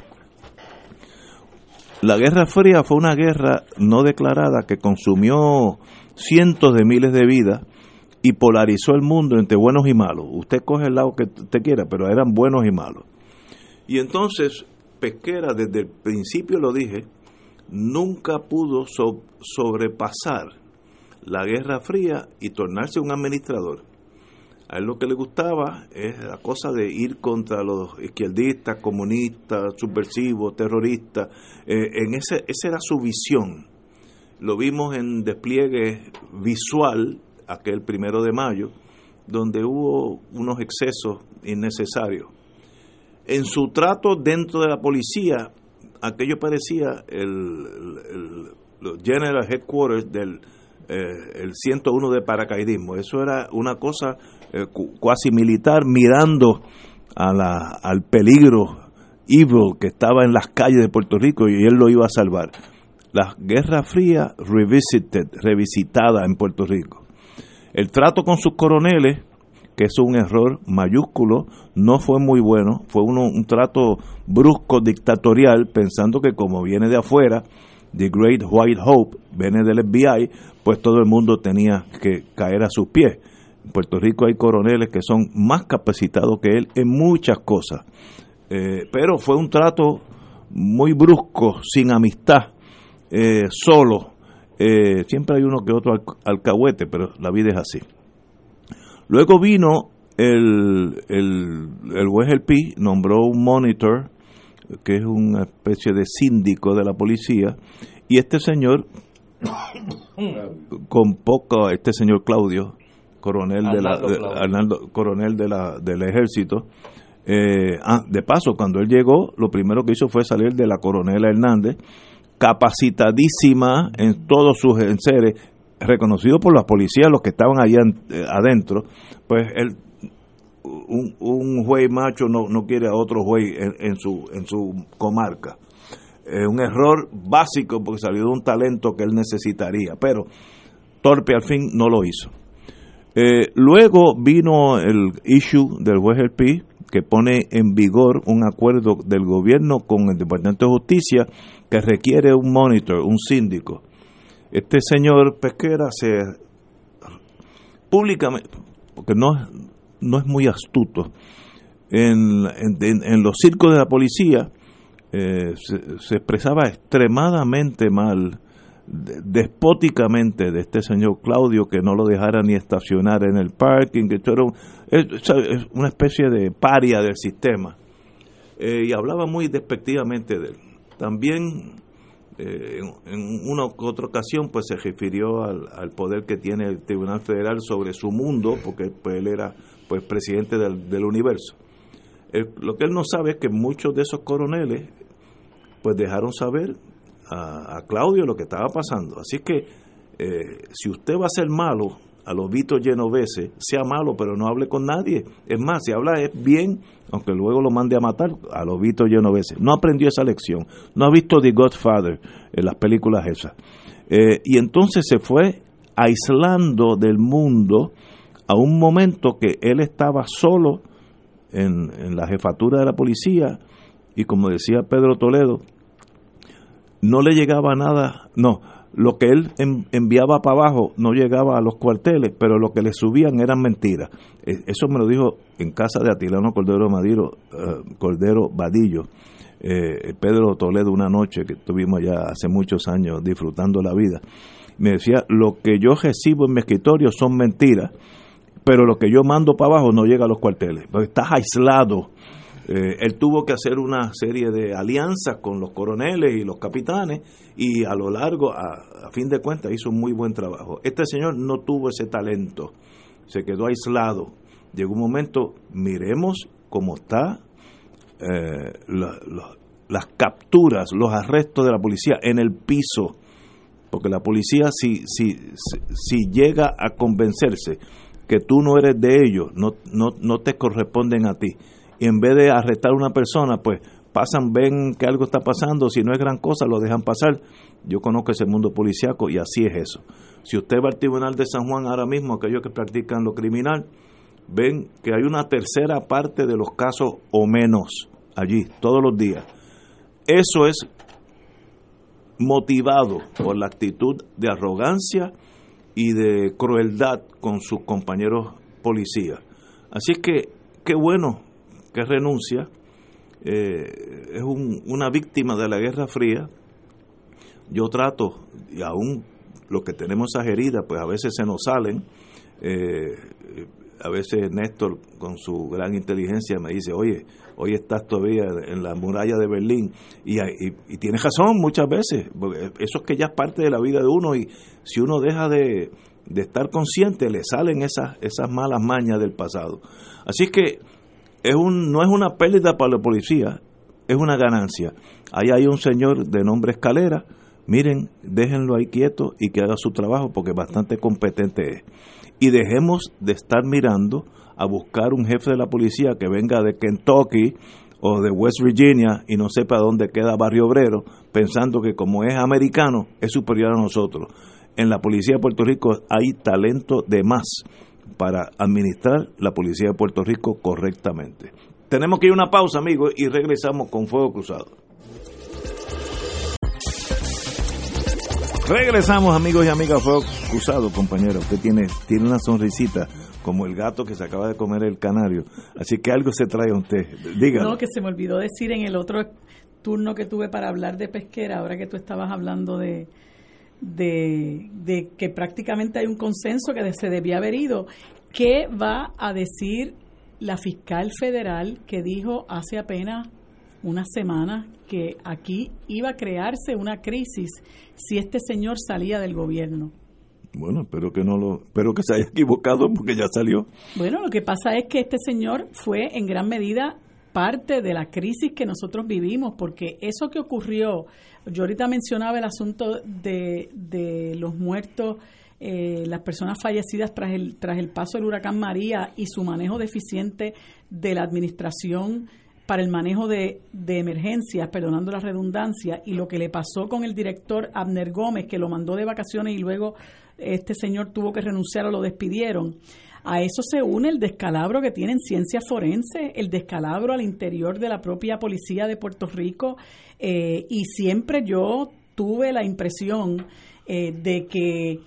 La Guerra Fría fue una guerra no declarada que consumió cientos de miles de vidas y polarizó el mundo entre buenos y malos. Usted coge el lado que usted quiera, pero eran buenos y malos. Y entonces Pesquera, desde el principio lo dije, nunca pudo sobrepasar la Guerra Fría y tornarse un administrador. A él lo que le gustaba es la cosa de ir contra los izquierdistas, comunistas, subversivos, terroristas. Esa era su visión. Lo vimos en despliegue visual, aquel 1 de mayo, donde hubo unos excesos innecesarios. En su trato dentro de la policía, aquello parecía los General Headquarters del el 101 de paracaidismo. Eso era una cosa cuasi militar, mirando al peligro evil que estaba en las calles de Puerto Rico, y él lo iba a salvar. La Guerra Fría revisitada en Puerto Rico. El trato con sus coroneles, que es un error mayúsculo, no fue muy bueno. Fue un trato brusco, dictatorial, pensando que como viene de afuera, The Great White Hope, viene del FBI, pues todo el mundo tenía que caer a sus pies. En Puerto Rico hay coroneles que son más capacitados que él en muchas cosas. Pero fue un trato muy brusco, sin amistad, solo. Siempre hay uno que otro alcahuete, pero la vida es así. Luego vino el juez El Pi, nombró un monitor, que es una especie de síndico de la policía, y este señor, este señor Claudio, coronel coronel del ejército, de paso, cuando él llegó, lo primero que hizo fue salir de la coronela Hernández, capacitadísima en todos sus enseres, reconocido por las policías, los que estaban allá adentro. Pues un juez macho no quiere a otro juez en su comarca. Un error básico, porque salió de un talento que él necesitaría, pero torpe al fin no lo hizo. Luego vino el issue del juez El Pi, que pone en vigor un acuerdo del gobierno con el Departamento de Justicia que requiere un monitor, un síndico. Este señor Pesquera públicamente, porque no es muy astuto, en los circos de la policía se expresaba extremadamente mal, despóticamente, de este señor Claudio, que no lo dejara ni estacionar en el parking, que esto era una especie de paria del sistema, y hablaba muy despectivamente de él. También en una u otra ocasión pues se refirió al poder que tiene el Tribunal Federal sobre su mundo, porque pues él era pues presidente del universo. Lo que él no sabe es que muchos de esos coroneles pues dejaron saber a Claudio lo que estaba pasando. Así que si usted va a ser malo, a los Vito Genovese, sea malo, pero no hable con nadie. Es más, si habla es bien, aunque luego lo mande a matar, a los Vito Genovese. No aprendió esa lección, no ha visto The Godfather en las películas esas. Y entonces se fue aislando del mundo a un momento que él estaba solo en la jefatura de la policía, y como decía Pedro Toledo, no le llegaba nada, lo que él enviaba para abajo no llegaba a los cuarteles, pero lo que le subían eran mentiras. Eso me lo dijo en casa de Atilano Cordero Vadillo, Pedro Toledo, una noche que estuvimos ya hace muchos años disfrutando la vida. Me decía, lo que yo recibo en mi escritorio son mentiras, pero lo que yo mando para abajo no llega a los cuarteles, porque estás aislado. Él tuvo que hacer una serie de alianzas con los coroneles y los capitanes, y a lo largo, a fin de cuentas, hizo un muy buen trabajo. Este señor no tuvo ese talento, se quedó aislado. Llegó un momento, miremos cómo está las capturas, los arrestos de la policía en el piso, porque la policía si llega a convencerse que tú no eres de ellos, no te corresponden a ti, y en vez de arrestar a una persona, pues pasan, ven que algo está pasando, si no es gran cosa, lo dejan pasar. Yo conozco ese mundo policiaco y así es eso. Si usted va al Tribunal de San Juan ahora mismo, aquellos que practican lo criminal, ven que hay una tercera parte de los casos o menos allí, todos los días. Eso es motivado por la actitud de arrogancia y de crueldad con sus compañeros policías. Así que, qué bueno que renuncia. Es una víctima de la Guerra Fría. Yo trato, y aún los que tenemos esas heridas, pues a veces se nos salen. A veces Néstor, con su gran inteligencia, me dice, oye, hoy estás todavía en la muralla de Berlín, y tienes razón muchas veces, porque eso es que ya es parte de la vida de uno, y si uno deja de estar consciente, le salen esas malas mañas del pasado. Así que no es una pérdida para la policía, es una ganancia. Ahí hay un señor de nombre Escalera, miren, déjenlo ahí quieto y que haga su trabajo, porque bastante competente es. Y dejemos de estar mirando a buscar un jefe de la policía que venga de Kentucky o de West Virginia y no sepa dónde queda Barrio Obrero, pensando que como es americano es superior a nosotros. En la policía de Puerto Rico hay talento de más para administrar la policía de Puerto Rico correctamente. Tenemos que ir a una pausa, amigos, y regresamos con Fuego Cruzado. Regresamos, amigos y amigas, Fuego Cruzado, compañero. Usted tiene una sonrisita como el gato que se acaba de comer el canario. Así que algo se trae a usted. Dígalo. No, que se me olvidó decir en el otro turno que tuve para hablar de Pesquera, ahora que tú estabas hablando de que prácticamente hay un consenso que se debía haber ido. ¿Qué va a decir la fiscal federal que dijo hace apenas unas semanas que aquí iba a crearse una crisis si este señor salía del gobierno? Bueno, espero que se haya equivocado porque ya salió. Bueno, lo que pasa es que este señor fue en gran medida parte de la crisis que nosotros vivimos, porque eso que ocurrió, yo ahorita mencionaba el asunto de los muertos, las personas fallecidas tras el paso del huracán María y su manejo deficiente de la administración para el manejo de emergencias, perdonando la redundancia, y lo que le pasó con el director Abner Gómez, que lo mandó de vacaciones y luego este señor tuvo que renunciar o lo despidieron. A eso se une el descalabro que tienen ciencias forenses, el descalabro al interior de la propia policía de Puerto Rico, y siempre yo tuve la impresión de que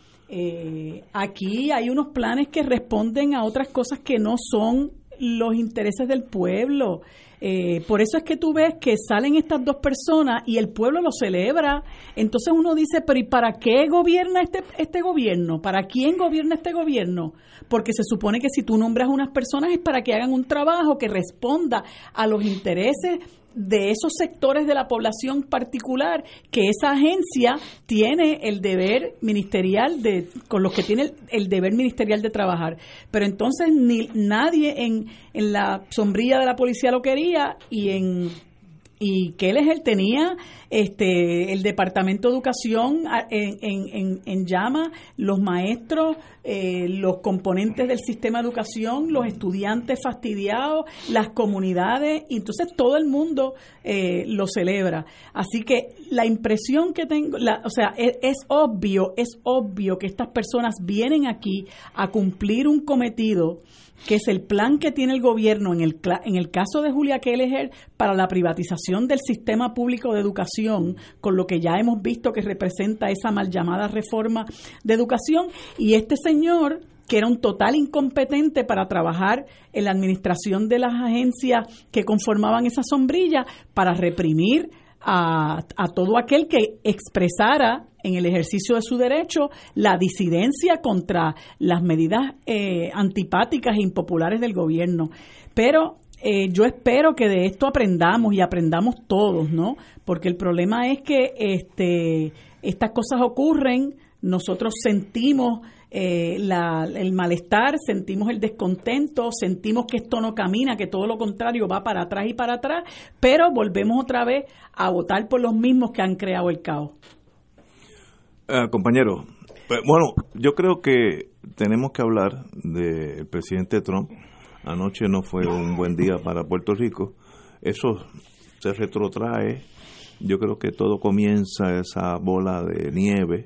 aquí hay unos planes que responden a otras cosas que no son los intereses del pueblo. Por eso es que tú ves que salen estas dos personas y el pueblo lo celebra. Entonces uno dice, pero ¿y para qué gobierna este gobierno? ¿Para quién gobierna este gobierno? Porque se supone que si tú nombras unas personas es para que hagan un trabajo que responda a los intereses de esos sectores de la población particular que esa agencia tiene el deber ministerial con los que tiene el deber ministerial de trabajar. Pero entonces nadie en la sombrilla de la policía lo quería, y Kelleher tenía el Departamento de Educación en llama, los maestros, los componentes del sistema de educación, los estudiantes fastidiados, las comunidades, y entonces todo el mundo lo celebra. Así que la impresión que tengo, es obvio que estas personas vienen aquí a cumplir un cometido, que es el plan que tiene el gobierno en el caso de Julia Kelleher para la privatización del sistema público de educación, con lo que ya hemos visto que representa esa mal llamada reforma de educación, y este señor que era un total incompetente para trabajar en la administración de las agencias que conformaban esa sombrilla, para reprimir a todo aquel que expresara en el ejercicio de su derecho la disidencia contra las medidas antipáticas e impopulares del gobierno. Pero yo espero que de esto aprendamos y aprendamos todos, ¿no? Porque el problema es que estas cosas ocurren, nosotros sentimos el malestar, sentimos el descontento, sentimos que esto no camina, que todo lo contrario va para atrás y para atrás, pero volvemos otra vez a votar por los mismos que han creado el caos. Compañero, bueno, yo creo que tenemos que hablar del presidente Trump. anoche no fue un buen día para Puerto Rico. Eso se retrotrae. Yo creo que todo comienza esa bola de nieve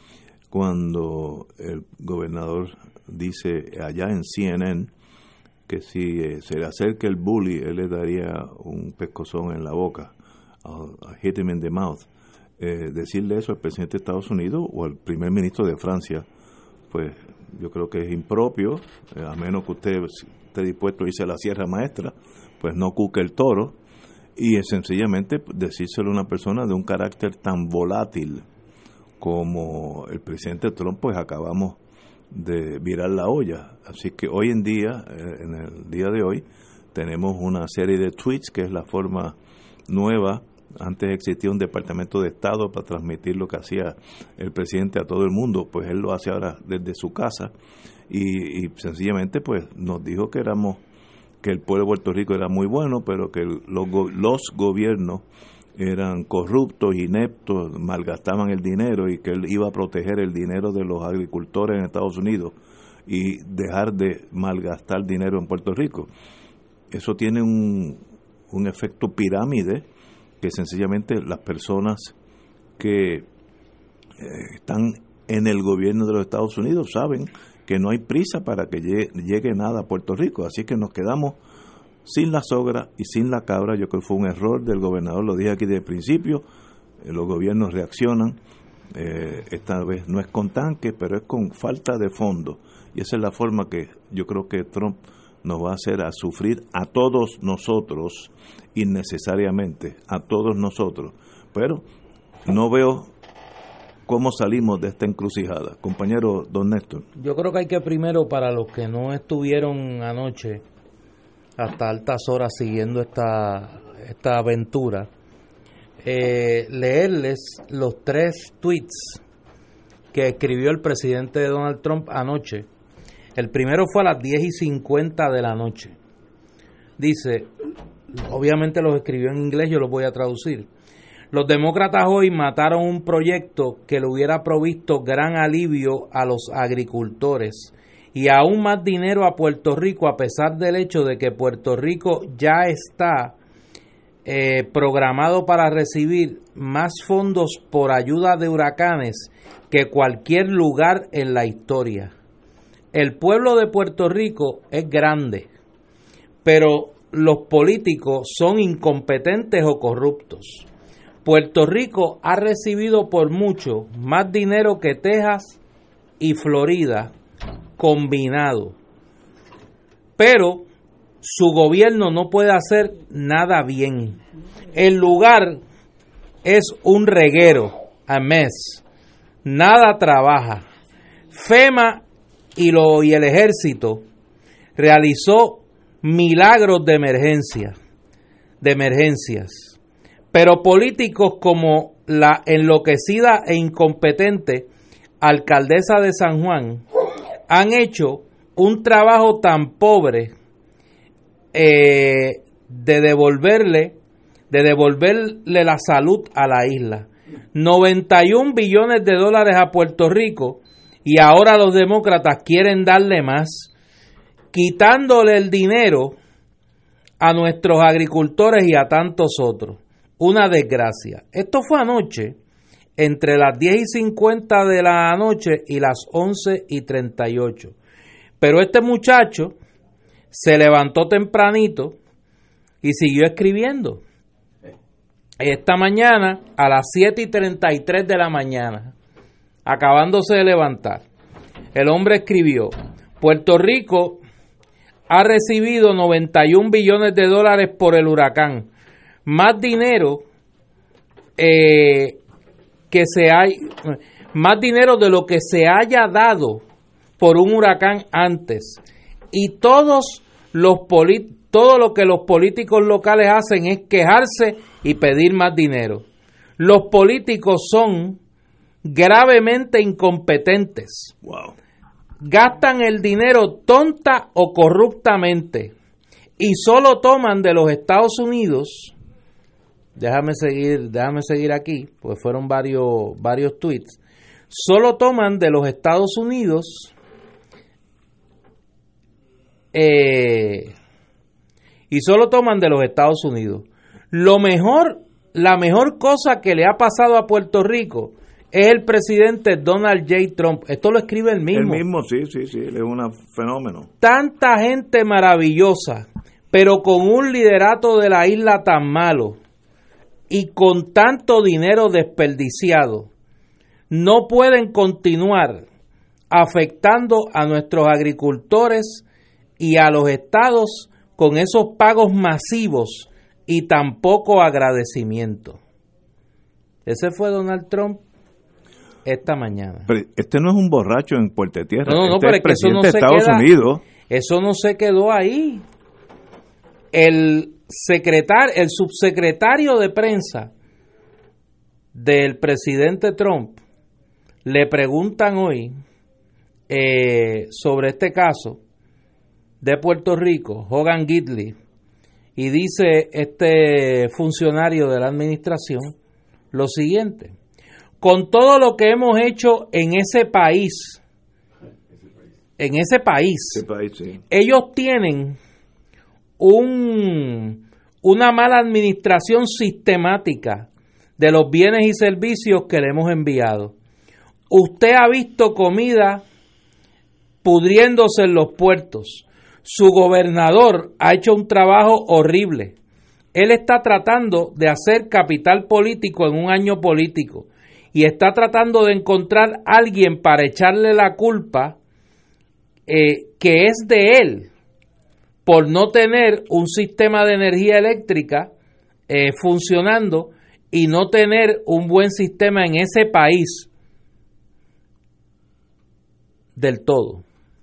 cuando el gobernador dice allá en CNN que si se le acerca el bully, él le daría un pescozón en la boca, a hit him in the mouth. Decirle eso al presidente de Estados Unidos o al primer ministro de Francia, pues yo creo que es impropio, a menos que usted esté dispuesto a irse a la Sierra Maestra, pues no cuque el toro, y es sencillamente decírselo a una persona de un carácter tan volátil como el presidente Trump, pues acabamos de virar la olla. Así que hoy en día, en el día de hoy, tenemos una serie de tweets, que es la forma nueva. Antes existía un departamento de Estado para transmitir lo que hacía el presidente a todo el mundo, pues él lo hace ahora desde su casa y sencillamente pues nos dijo que el pueblo de Puerto Rico era muy bueno, pero que los gobiernos eran corruptos, ineptos, malgastaban el dinero, y que él iba a proteger el dinero de los agricultores en Estados Unidos y dejar de malgastar dinero en Puerto Rico. Eso tiene un efecto pirámide, que sencillamente las personas que están en el gobierno de los Estados Unidos saben que no hay prisa para que llegue nada a Puerto Rico, así que nos quedamos sin la sogra y sin la cabra. Yo creo que fue un error del gobernador, lo dije aquí desde el principio. Los gobiernos reaccionan, esta vez no es con tanques, pero es con falta de fondo, y esa es la forma que yo creo que Trump nos va a hacer a sufrir a todos nosotros innecesariamente, a todos nosotros. Pero no veo cómo salimos de esta encrucijada. Compañero don Néstor. Yo creo que hay que primero, para los que no estuvieron anoche hasta altas horas siguiendo esta aventura, leerles los 3 tweets que escribió el presidente Donald Trump anoche. El primero fue a las 10:50 de la noche. Dice, obviamente los escribió en inglés, yo los voy a traducir. Los demócratas hoy mataron un proyecto que le hubiera provisto gran alivio a los agricultores y aún más dinero a Puerto Rico, a pesar del hecho de que Puerto Rico ya está programado para recibir más fondos por ayuda de huracanes que cualquier lugar en la historia. El pueblo de Puerto Rico es grande, pero los políticos son incompetentes o corruptos. Puerto Rico ha recibido por mucho más dinero que Texas y Florida combinado, pero su gobierno no puede hacer nada bien. El lugar es un reguero, a mes, nada trabaja. FEMA y el ejército realizó milagros de emergencias, pero políticos como la enloquecida e incompetente alcaldesa de San Juan han hecho un trabajo tan pobre de devolverle la salud a la isla. 91 billones de dólares a Puerto Rico, y ahora los demócratas quieren darle más, quitándole el dinero a nuestros agricultores y a tantos otros. Una desgracia. Esto fue anoche, entre las 10:50 de la noche y las 11:38. Pero este muchacho se levantó tempranito y siguió escribiendo. Esta mañana, a las 7:33 de la mañana, acabándose de levantar, el hombre escribió: Puerto Rico ha recibido 91 billones de dólares por el huracán, más dinero más dinero de lo que se haya dado por un huracán antes, y todo lo que los políticos locales hacen es quejarse y pedir más dinero. Los políticos son gravemente incompetentes. Wow. Gastan el dinero tonta o corruptamente y solo toman de los Estados Unidos. Déjame seguir aquí, pues fueron varios tweets. Solo toman de los Estados Unidos y solo toman de los Estados Unidos. La mejor cosa que le ha pasado a Puerto Rico es el presidente Donald J. Trump. Esto lo escribe él mismo. Él mismo, sí, él es un fenómeno. Tanta gente maravillosa, pero con un liderato de la isla tan malo y con tanto dinero desperdiciado, no pueden continuar afectando a nuestros agricultores y a los estados con esos pagos masivos y tan poco agradecimiento. Ese fue Donald Trump esta mañana. Pero este no es un borracho en Puerto Tierra. No, pero es que eso no se Estados queda, Unidos. Eso no se quedó ahí. El subsecretario de prensa del presidente Trump le preguntan hoy sobre este caso de Puerto Rico, Hogan Gidley, y dice este funcionario de la administración lo siguiente: con todo lo que hemos hecho en ese país, Sí. Ellos tienen una mala administración sistemática de los bienes y servicios que le hemos enviado. Usted ha visto comida pudriéndose en los puertos. Su gobernador ha hecho un trabajo horrible. Él está tratando de hacer capital político en un año político y está tratando de encontrar a alguien para echarle la culpa que es de él por no tener un sistema de energía eléctrica funcionando y no tener un buen sistema en ese país del todo.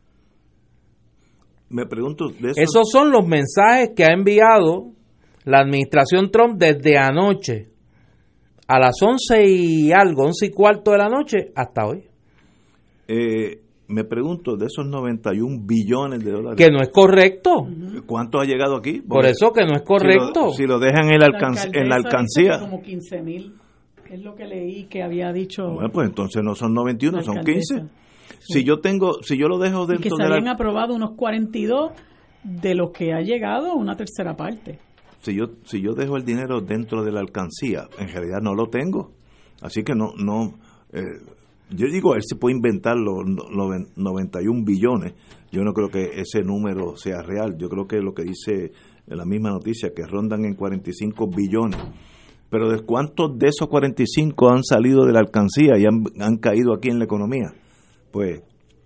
Me pregunto de eso. Esos son los mensajes que ha enviado la administración Trump desde anoche a las 11:15 de la noche hasta hoy. Me pregunto de esos 91 billones de dólares. Que no es correcto. ¿Cuánto ha llegado aquí? Porque por eso que no es correcto. Si lo dejan en la alcancía. Como 15,000. Es lo que leí que había dicho. Bueno, pues entonces no son 91, son 15. Sí. Si yo lo dejo dentro y que se habían aprobado unos 42 de los que ha llegado una tercera parte. Si yo dejo el dinero dentro de la alcancía, en realidad no lo tengo. Así que yo digo, él se puede inventar los 91 billones. Yo no creo que ese número sea real. Yo creo que lo que dice en la misma noticia, que rondan en 45 billones. Pero ¿de cuántos de esos 45 han salido de la alcancía y han caído aquí en la economía? Pues,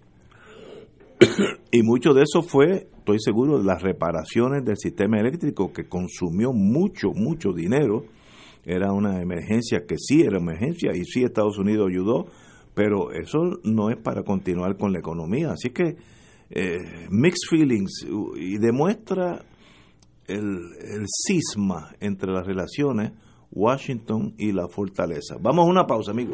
y mucho de eso fue, estoy seguro, de las reparaciones del sistema eléctrico, que consumió mucho dinero. Era una emergencia que sí era emergencia y sí Estados Unidos ayudó, pero eso no es para continuar con la economía. Así que mixed feelings, y demuestra el cisma entre las relaciones Washington y la fortaleza. Vamos a una pausa, amigos.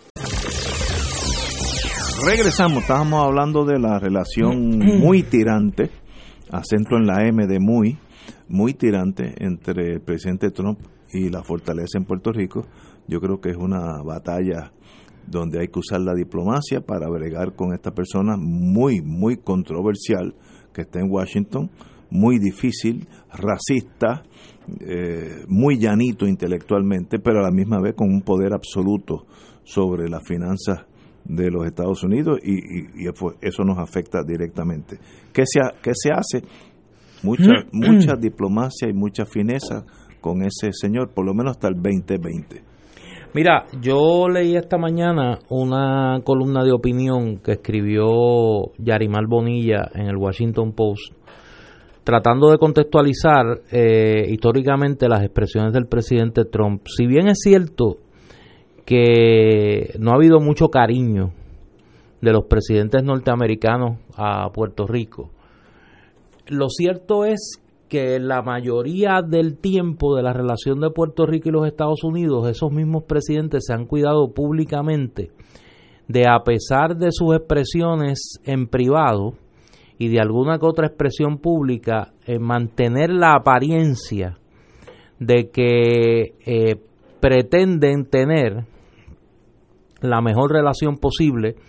Regresamos, estábamos hablando de la relación muy tirante, acento en la M de muy tirante, entre el presidente Trump y la fortaleza en Puerto Rico. Yo creo que es una batalla donde hay que usar la diplomacia para bregar con esta persona muy controversial que está en Washington, muy difícil, racista, muy llanito intelectualmente, pero a la misma vez con un poder absoluto sobre las finanzas de los Estados Unidos y eso nos afecta directamente. ¿Qué se hace? Mucha diplomacia y mucha fineza con ese señor, por lo menos hasta el 2020. Mira, yo leí esta mañana una columna de opinión que escribió Yarimar Bonilla en el Washington Post, tratando de contextualizar históricamente las expresiones del presidente Trump. Si bien es cierto que no ha habido mucho cariño de los presidentes norteamericanos a Puerto Rico, lo cierto es que la mayoría del tiempo de la relación de Puerto Rico y los Estados Unidos, esos mismos presidentes se han cuidado públicamente de, a pesar de sus expresiones en privado y de alguna que otra expresión pública, mantener la apariencia de que pretenden tener la mejor relación posible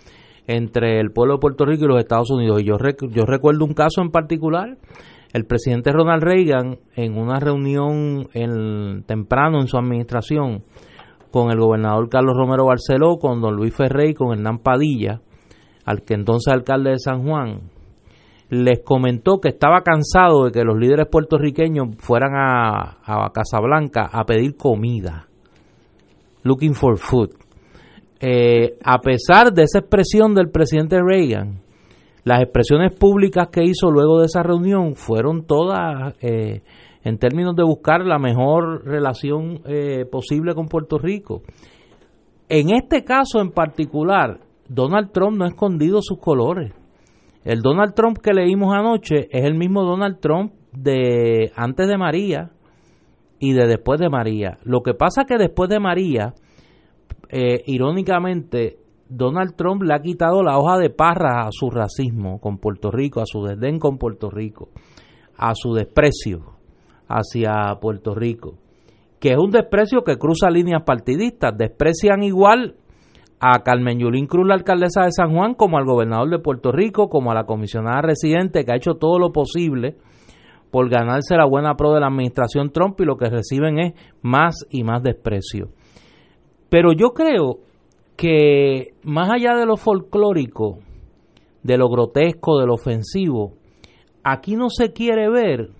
entre el pueblo de Puerto Rico y los Estados Unidos. Y yo recuerdo un caso en particular. El presidente Ronald Reagan, en una reunión temprano en su administración con el gobernador Carlos Romero Barceló, con don Luis Ferré y con Hernán Padilla, al que entonces alcalde de San Juan, les comentó que estaba cansado de que los líderes puertorriqueños fueran a Casablanca a pedir comida, looking for food. A pesar de esa expresión del presidente Reagan, las expresiones públicas que hizo luego de esa reunión fueron todas en términos de buscar la mejor relación posible con Puerto Rico. En este caso en particular, Donald Trump no ha escondido sus colores. El Donald Trump que leímos anoche es el mismo Donald Trump de antes de María y de después de María. Lo que pasa es que después de María, irónicamente, Donald Trump le ha quitado la hoja de parra a su racismo con Puerto Rico, a su desdén con Puerto Rico, a su desprecio hacia Puerto Rico, que es un desprecio que cruza líneas partidistas. Desprecian igual a Carmen Yulín Cruz, la alcaldesa de San Juan, como al gobernador de Puerto Rico, como a la comisionada residente, que ha hecho todo lo posible por ganarse la buena pro de la administración Trump, y lo que reciben es más y más desprecio. Pero yo creo que más allá de lo folclórico, de lo grotesco, de lo ofensivo, aquí no se quiere ver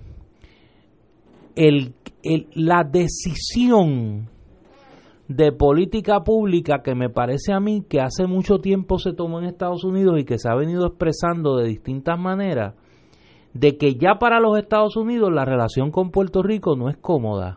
la decisión de política pública que me parece a mí que hace mucho tiempo se tomó en Estados Unidos y que se ha venido expresando de distintas maneras, de que ya para los Estados Unidos la relación con Puerto Rico no es cómoda.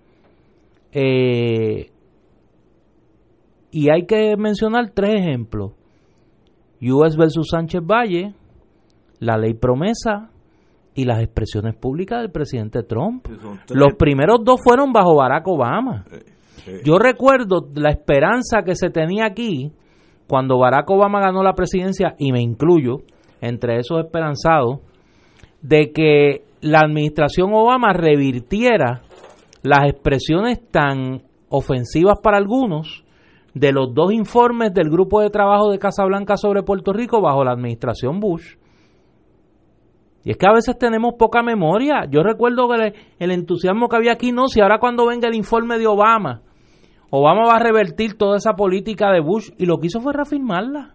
Y hay que mencionar 3 ejemplos: US versus Sánchez Valle, la ley promesa y las expresiones públicas del presidente Trump. Los primeros 2 fueron bajo Barack Obama. Yo recuerdo la esperanza que se tenía aquí cuando Barack Obama ganó la presidencia, y me incluyo entre esos esperanzados, de que la administración Obama revirtiera las expresiones tan ofensivas para algunos de los 2 informes del grupo de trabajo de Casablanca sobre Puerto Rico bajo la administración Bush. Y es que a veces tenemos poca memoria. Yo recuerdo que el entusiasmo que había aquí, no, si ahora cuando venga el informe de Obama va a revertir toda esa política de Bush, y lo que hizo fue reafirmarla.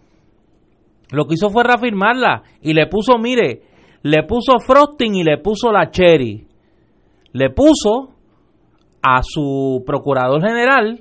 Y le puso, le puso frosting y le puso la cherry. Le puso a su procurador general,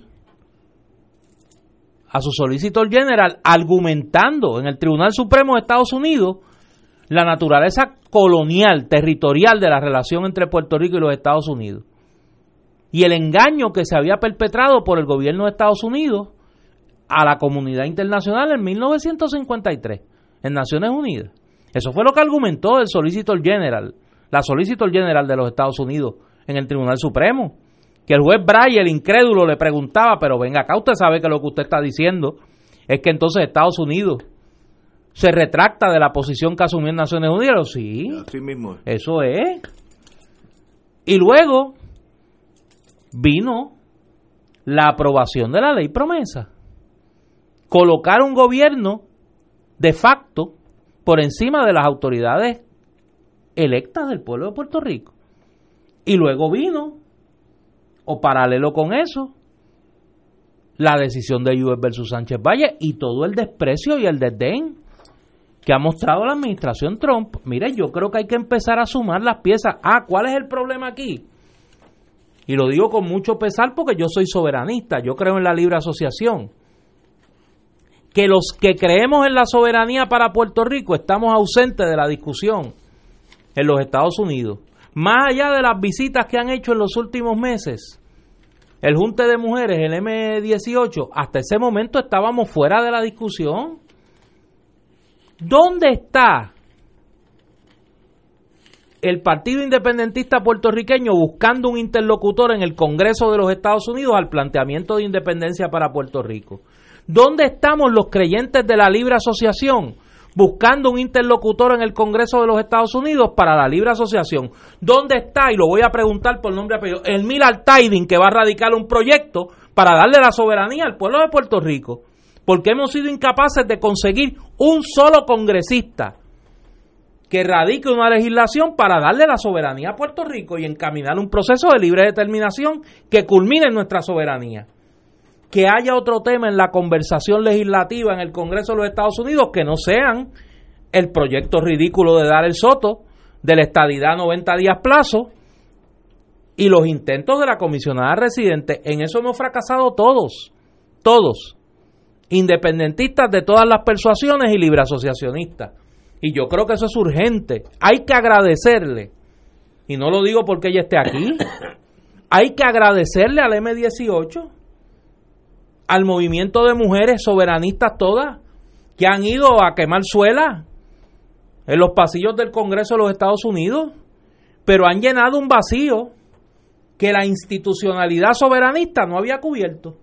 a su solicitor general, argumentando en el Tribunal Supremo de Estados Unidos la naturaleza colonial, territorial de la relación entre Puerto Rico y los Estados Unidos, y el engaño que se había perpetrado por el gobierno de Estados Unidos a la comunidad internacional en 1953, en Naciones Unidas. Eso fue lo que argumentó el Solicitor General, la Solicitor General de los Estados Unidos en el Tribunal Supremo, que el juez Breyer, el incrédulo, le preguntaba, pero venga acá, usted sabe que lo que usted está diciendo es que entonces Estados Unidos se retracta de la posición que asumió en Naciones Unidas. Sí, así mismo. Eso es. Y luego vino la aprobación de la ley promesa. Colocar un gobierno de facto por encima de las autoridades electas del pueblo de Puerto Rico. Y luego vino, o paralelo con eso, la decisión de US versus Sánchez Valle y todo el desprecio y el desdén que ha mostrado la administración Trump. Mire, yo creo que hay que empezar a sumar las piezas. ¿Cuál es el problema aquí? Y lo digo con mucho pesar porque yo soy soberanista, yo creo en la libre asociación. Que los que creemos en la soberanía para Puerto Rico estamos ausentes de la discusión en los Estados Unidos. Más allá de las visitas que han hecho en los últimos meses, el Junte de Mujeres, el M18, hasta ese momento estábamos fuera de la discusión. ¿Dónde está el Partido Independentista Puertorriqueño buscando un interlocutor en el Congreso de los Estados Unidos al planteamiento de independencia para Puerto Rico? ¿Dónde estamos los creyentes de la libre asociación buscando un interlocutor en el Congreso de los Estados Unidos para la libre asociación? ¿Dónde está, y lo voy a preguntar por nombre y apellido, el Miller Tiding, que va a radicar un proyecto para darle la soberanía al pueblo de Puerto Rico? porque hemos sido incapaces de conseguir un solo congresista que radique una legislación para darle la soberanía a Puerto Rico y encaminar un proceso de libre determinación que culmine en nuestra soberanía. Que haya otro tema en la conversación legislativa en el Congreso de los Estados Unidos que no sean el proyecto ridículo de Darrell Soto, de la estadidad 90 días plazo, y los intentos de la comisionada residente. En eso hemos fracasado todos, independentistas de todas las persuasiones y libre asociacionistas. Y yo creo que eso es urgente. Hay que agradecerle, y no lo digo porque ella esté aquí, hay que agradecerle al M18, al movimiento de mujeres soberanistas todas, que han ido a quemar suela en los pasillos del Congreso de los Estados Unidos, pero han llenado un vacío que la institucionalidad soberanista no había cubierto.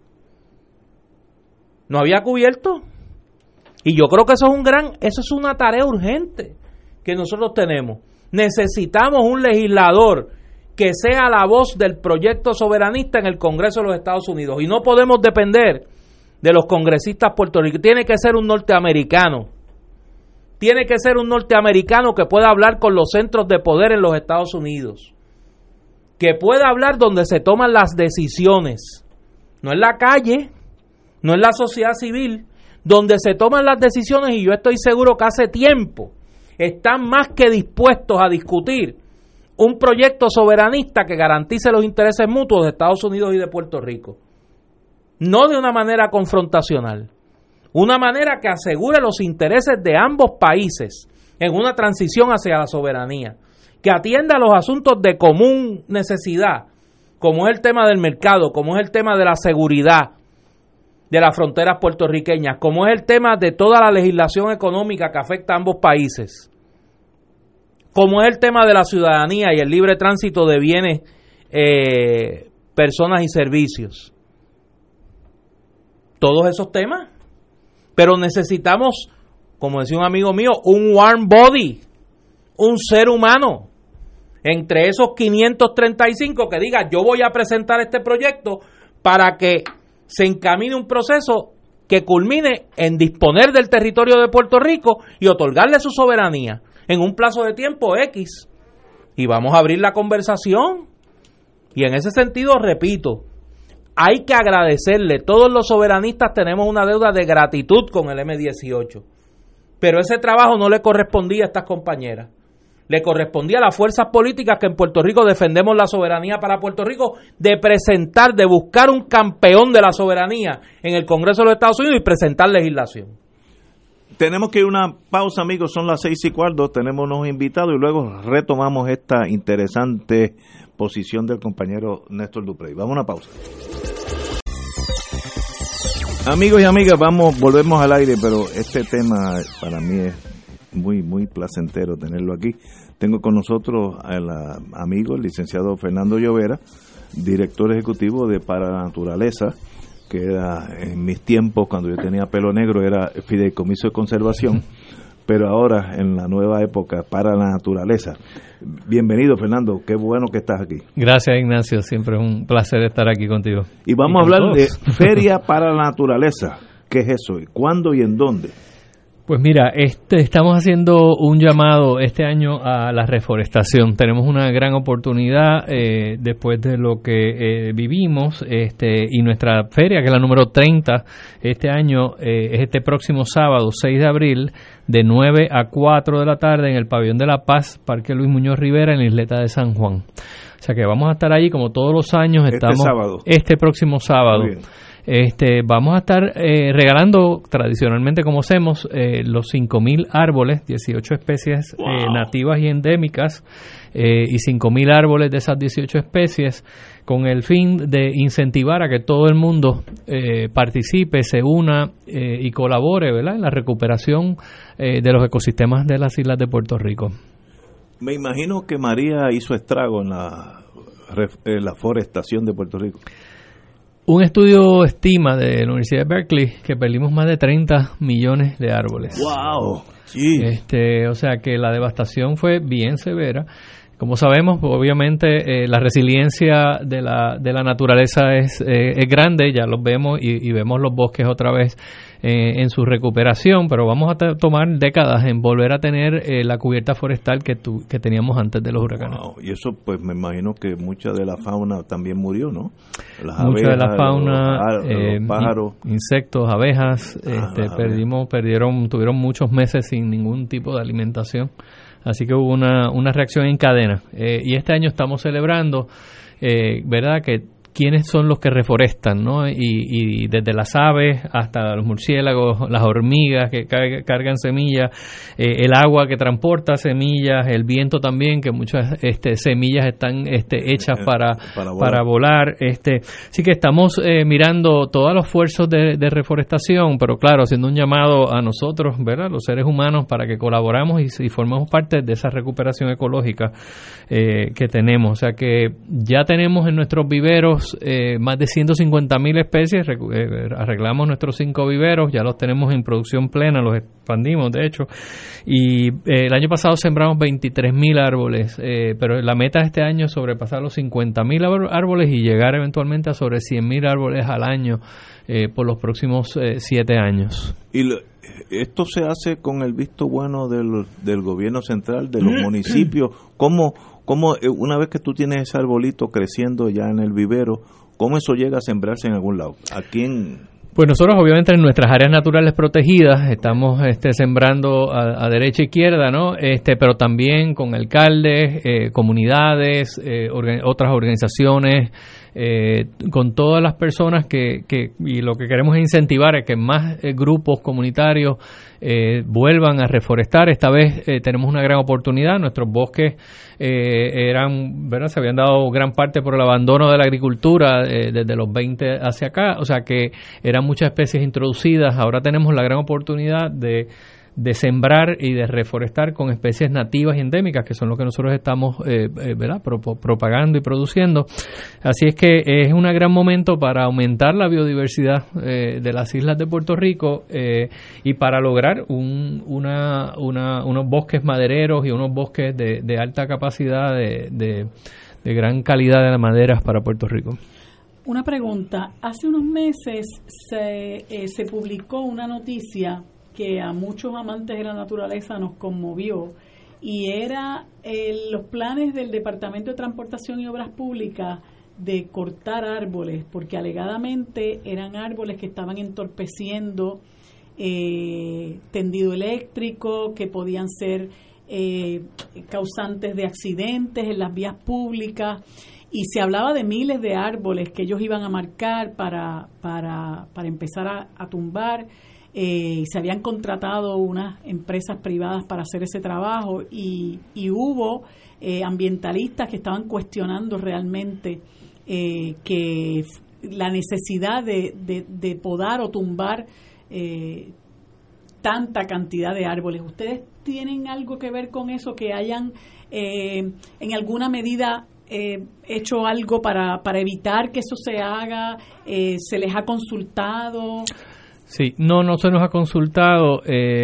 Y yo creo que eso es una tarea urgente que nosotros tenemos. Necesitamos un legislador que sea la voz del proyecto soberanista en el Congreso de los Estados Unidos. Y no podemos depender de los congresistas puertorriqueños. Tiene que ser un norteamericano. Tiene que ser un norteamericano que pueda hablar con los centros de poder en los Estados Unidos. Que pueda hablar donde se toman las decisiones. No en la calle, no en la sociedad civil, donde se toman las decisiones, y yo estoy seguro que hace tiempo están más que dispuestos a discutir un proyecto soberanista que garantice los intereses mutuos de Estados Unidos y de Puerto Rico. No de una manera confrontacional, una manera que asegure los intereses de ambos países en una transición hacia la soberanía, que atienda los asuntos de común necesidad, como es el tema del mercado, como es el tema de la seguridad de las fronteras puertorriqueñas, como es el tema de toda la legislación económica que afecta a ambos países, como es el tema de la ciudadanía y el libre tránsito de bienes, personas y servicios. Todos esos temas. Pero necesitamos, como decía un amigo mío, un warm body, un ser humano, entre esos 535 que diga, yo voy a presentar este proyecto para que se encamine un proceso que culmine en disponer del territorio de Puerto Rico y otorgarle su soberanía en un plazo de tiempo X. Y vamos a abrir la conversación. Y en ese sentido, repito, hay que agradecerle. Todos los soberanistas tenemos una deuda de gratitud con el M18. Pero ese trabajo no le correspondía a estas compañeras. Le correspondía a las fuerzas políticas que en Puerto Rico defendemos la soberanía para Puerto Rico, de presentar, de buscar un campeón de la soberanía en el Congreso de los Estados Unidos y presentar legislación. Tenemos que ir a una pausa, amigos, son las 6:15, tenemos unos invitados y luego retomamos esta interesante posición del compañero Néstor Duprey. Vamos a una pausa. Amigos y amigas, volvemos al aire, pero este tema para mí es muy placentero tenerlo aquí. Tengo con nosotros al amigo, el licenciado Fernando Llovera, director ejecutivo de Para la Naturaleza, que era en mis tiempos, cuando yo tenía pelo negro, era Fideicomiso de Conservación, pero ahora en la nueva época, Para la Naturaleza. Bienvenido, Fernando, qué bueno que estás aquí. Gracias, Ignacio, siempre es un placer estar aquí contigo. Y vamos a hablar de Feria para la Naturaleza. ¿Qué es eso? ¿Cuándo y en dónde? Pues mira, estamos haciendo un llamado este año a la reforestación. Tenemos una gran oportunidad después de lo que vivimos, y nuestra feria, que es la número 30 este año, es este próximo sábado, 6 de abril, de 9 a 4 de la tarde en el Pabellón de la Paz, Parque Luis Muñoz Rivera, en la isleta de San Juan. O sea que vamos a estar allí como todos los años. Este próximo sábado. Vamos a estar regalando, tradicionalmente como hacemos, los 5,000 árboles, 18 especies nativas y endémicas, y 5,000 árboles de esas 18 especies, con el fin de incentivar a que todo el mundo participe, se una y colabore, ¿verdad?, en la recuperación de los ecosistemas de las islas de Puerto Rico. Me imagino que María hizo estrago en la forestación de Puerto Rico. Un estudio estima de la Universidad de Berkeley que perdimos más de 30 millones de árboles. ¡Wow! Sí. O sea que la devastación fue bien severa. Como sabemos, obviamente la resiliencia de la naturaleza es grande, ya los vemos y vemos los bosques otra vez en su recuperación, pero vamos a tomar décadas en volver a tener la cubierta forestal que teníamos antes de los huracanes. Wow. Y eso, pues me imagino que mucha de la fauna también murió, ¿no? Mucha abejas, de la fauna, los pájaros, insectos, abejas, tuvieron muchos meses sin ningún tipo de alimentación. Así que hubo una reacción en cadena. Y este año estamos celebrando, ¿verdad?, que quiénes son los que reforestan, ¿no? Y desde las aves hasta los murciélagos, las hormigas que cargan semillas, el agua que transporta semillas, el viento también, que muchas semillas están hechas para volar. Así que estamos mirando todos los esfuerzos de reforestación, pero claro, haciendo un llamado a nosotros, ¿verdad?, los seres humanos, para que colaboramos y formemos parte de esa recuperación ecológica que tenemos. O sea que ya tenemos en nuestros viveros más de 150,000 especies. Arreglamos nuestros 5 viveros, ya los tenemos en producción plena, los expandimos de hecho, y el año pasado sembramos 23,000 árboles, pero la meta de este año es sobrepasar los 50,000 árboles y llegar eventualmente a sobre 100,000 árboles al año por los próximos 7 años. Y esto se hace con el visto bueno del gobierno central, de los municipios. ¿Cómo una vez que tú tienes ese arbolito creciendo ya en el vivero, cómo eso llega a sembrarse en algún lado? ¿A quién? Pues nosotros obviamente en nuestras áreas naturales protegidas estamos sembrando a derecha e izquierda, ¿no? Pero también con alcaldes, comunidades, otras organizaciones, con todas las personas y lo que queremos es incentivar es que más grupos comunitarios vuelvan a reforestar. Esta vez tenemos una gran oportunidad. Nuestros bosques ¿verdad?, se habían dado gran parte por el abandono de la agricultura desde los 20 hacia acá, o sea que eran muchas especies introducidas. Ahora tenemos la gran oportunidad de sembrar y de reforestar con especies nativas y endémicas, que son lo que nosotros estamos ¿verdad?, propagando y produciendo. Así es que es un gran momento para aumentar la biodiversidad de las islas de Puerto Rico y para lograr unos bosques madereros y unos bosques de alta capacidad de gran calidad de maderas para Puerto Rico. Una pregunta. Hace unos meses se publicó una noticia que a muchos amantes de la naturaleza nos conmovió, y era los planes del Departamento de Transportación y Obras Públicas de cortar árboles, porque alegadamente eran árboles que estaban entorpeciendo tendido eléctrico, que podían ser causantes de accidentes en las vías públicas, y se hablaba de miles de árboles que ellos iban a marcar para empezar a tumbar. Se habían contratado unas empresas privadas para hacer ese trabajo, y hubo ambientalistas que estaban cuestionando realmente que la necesidad de podar o tumbar tanta cantidad de árboles. ¿Ustedes tienen algo que ver con eso, que hayan en alguna medida hecho algo para evitar que eso se haga? ¿Se les ha consultado? Sí, no se nos ha consultado.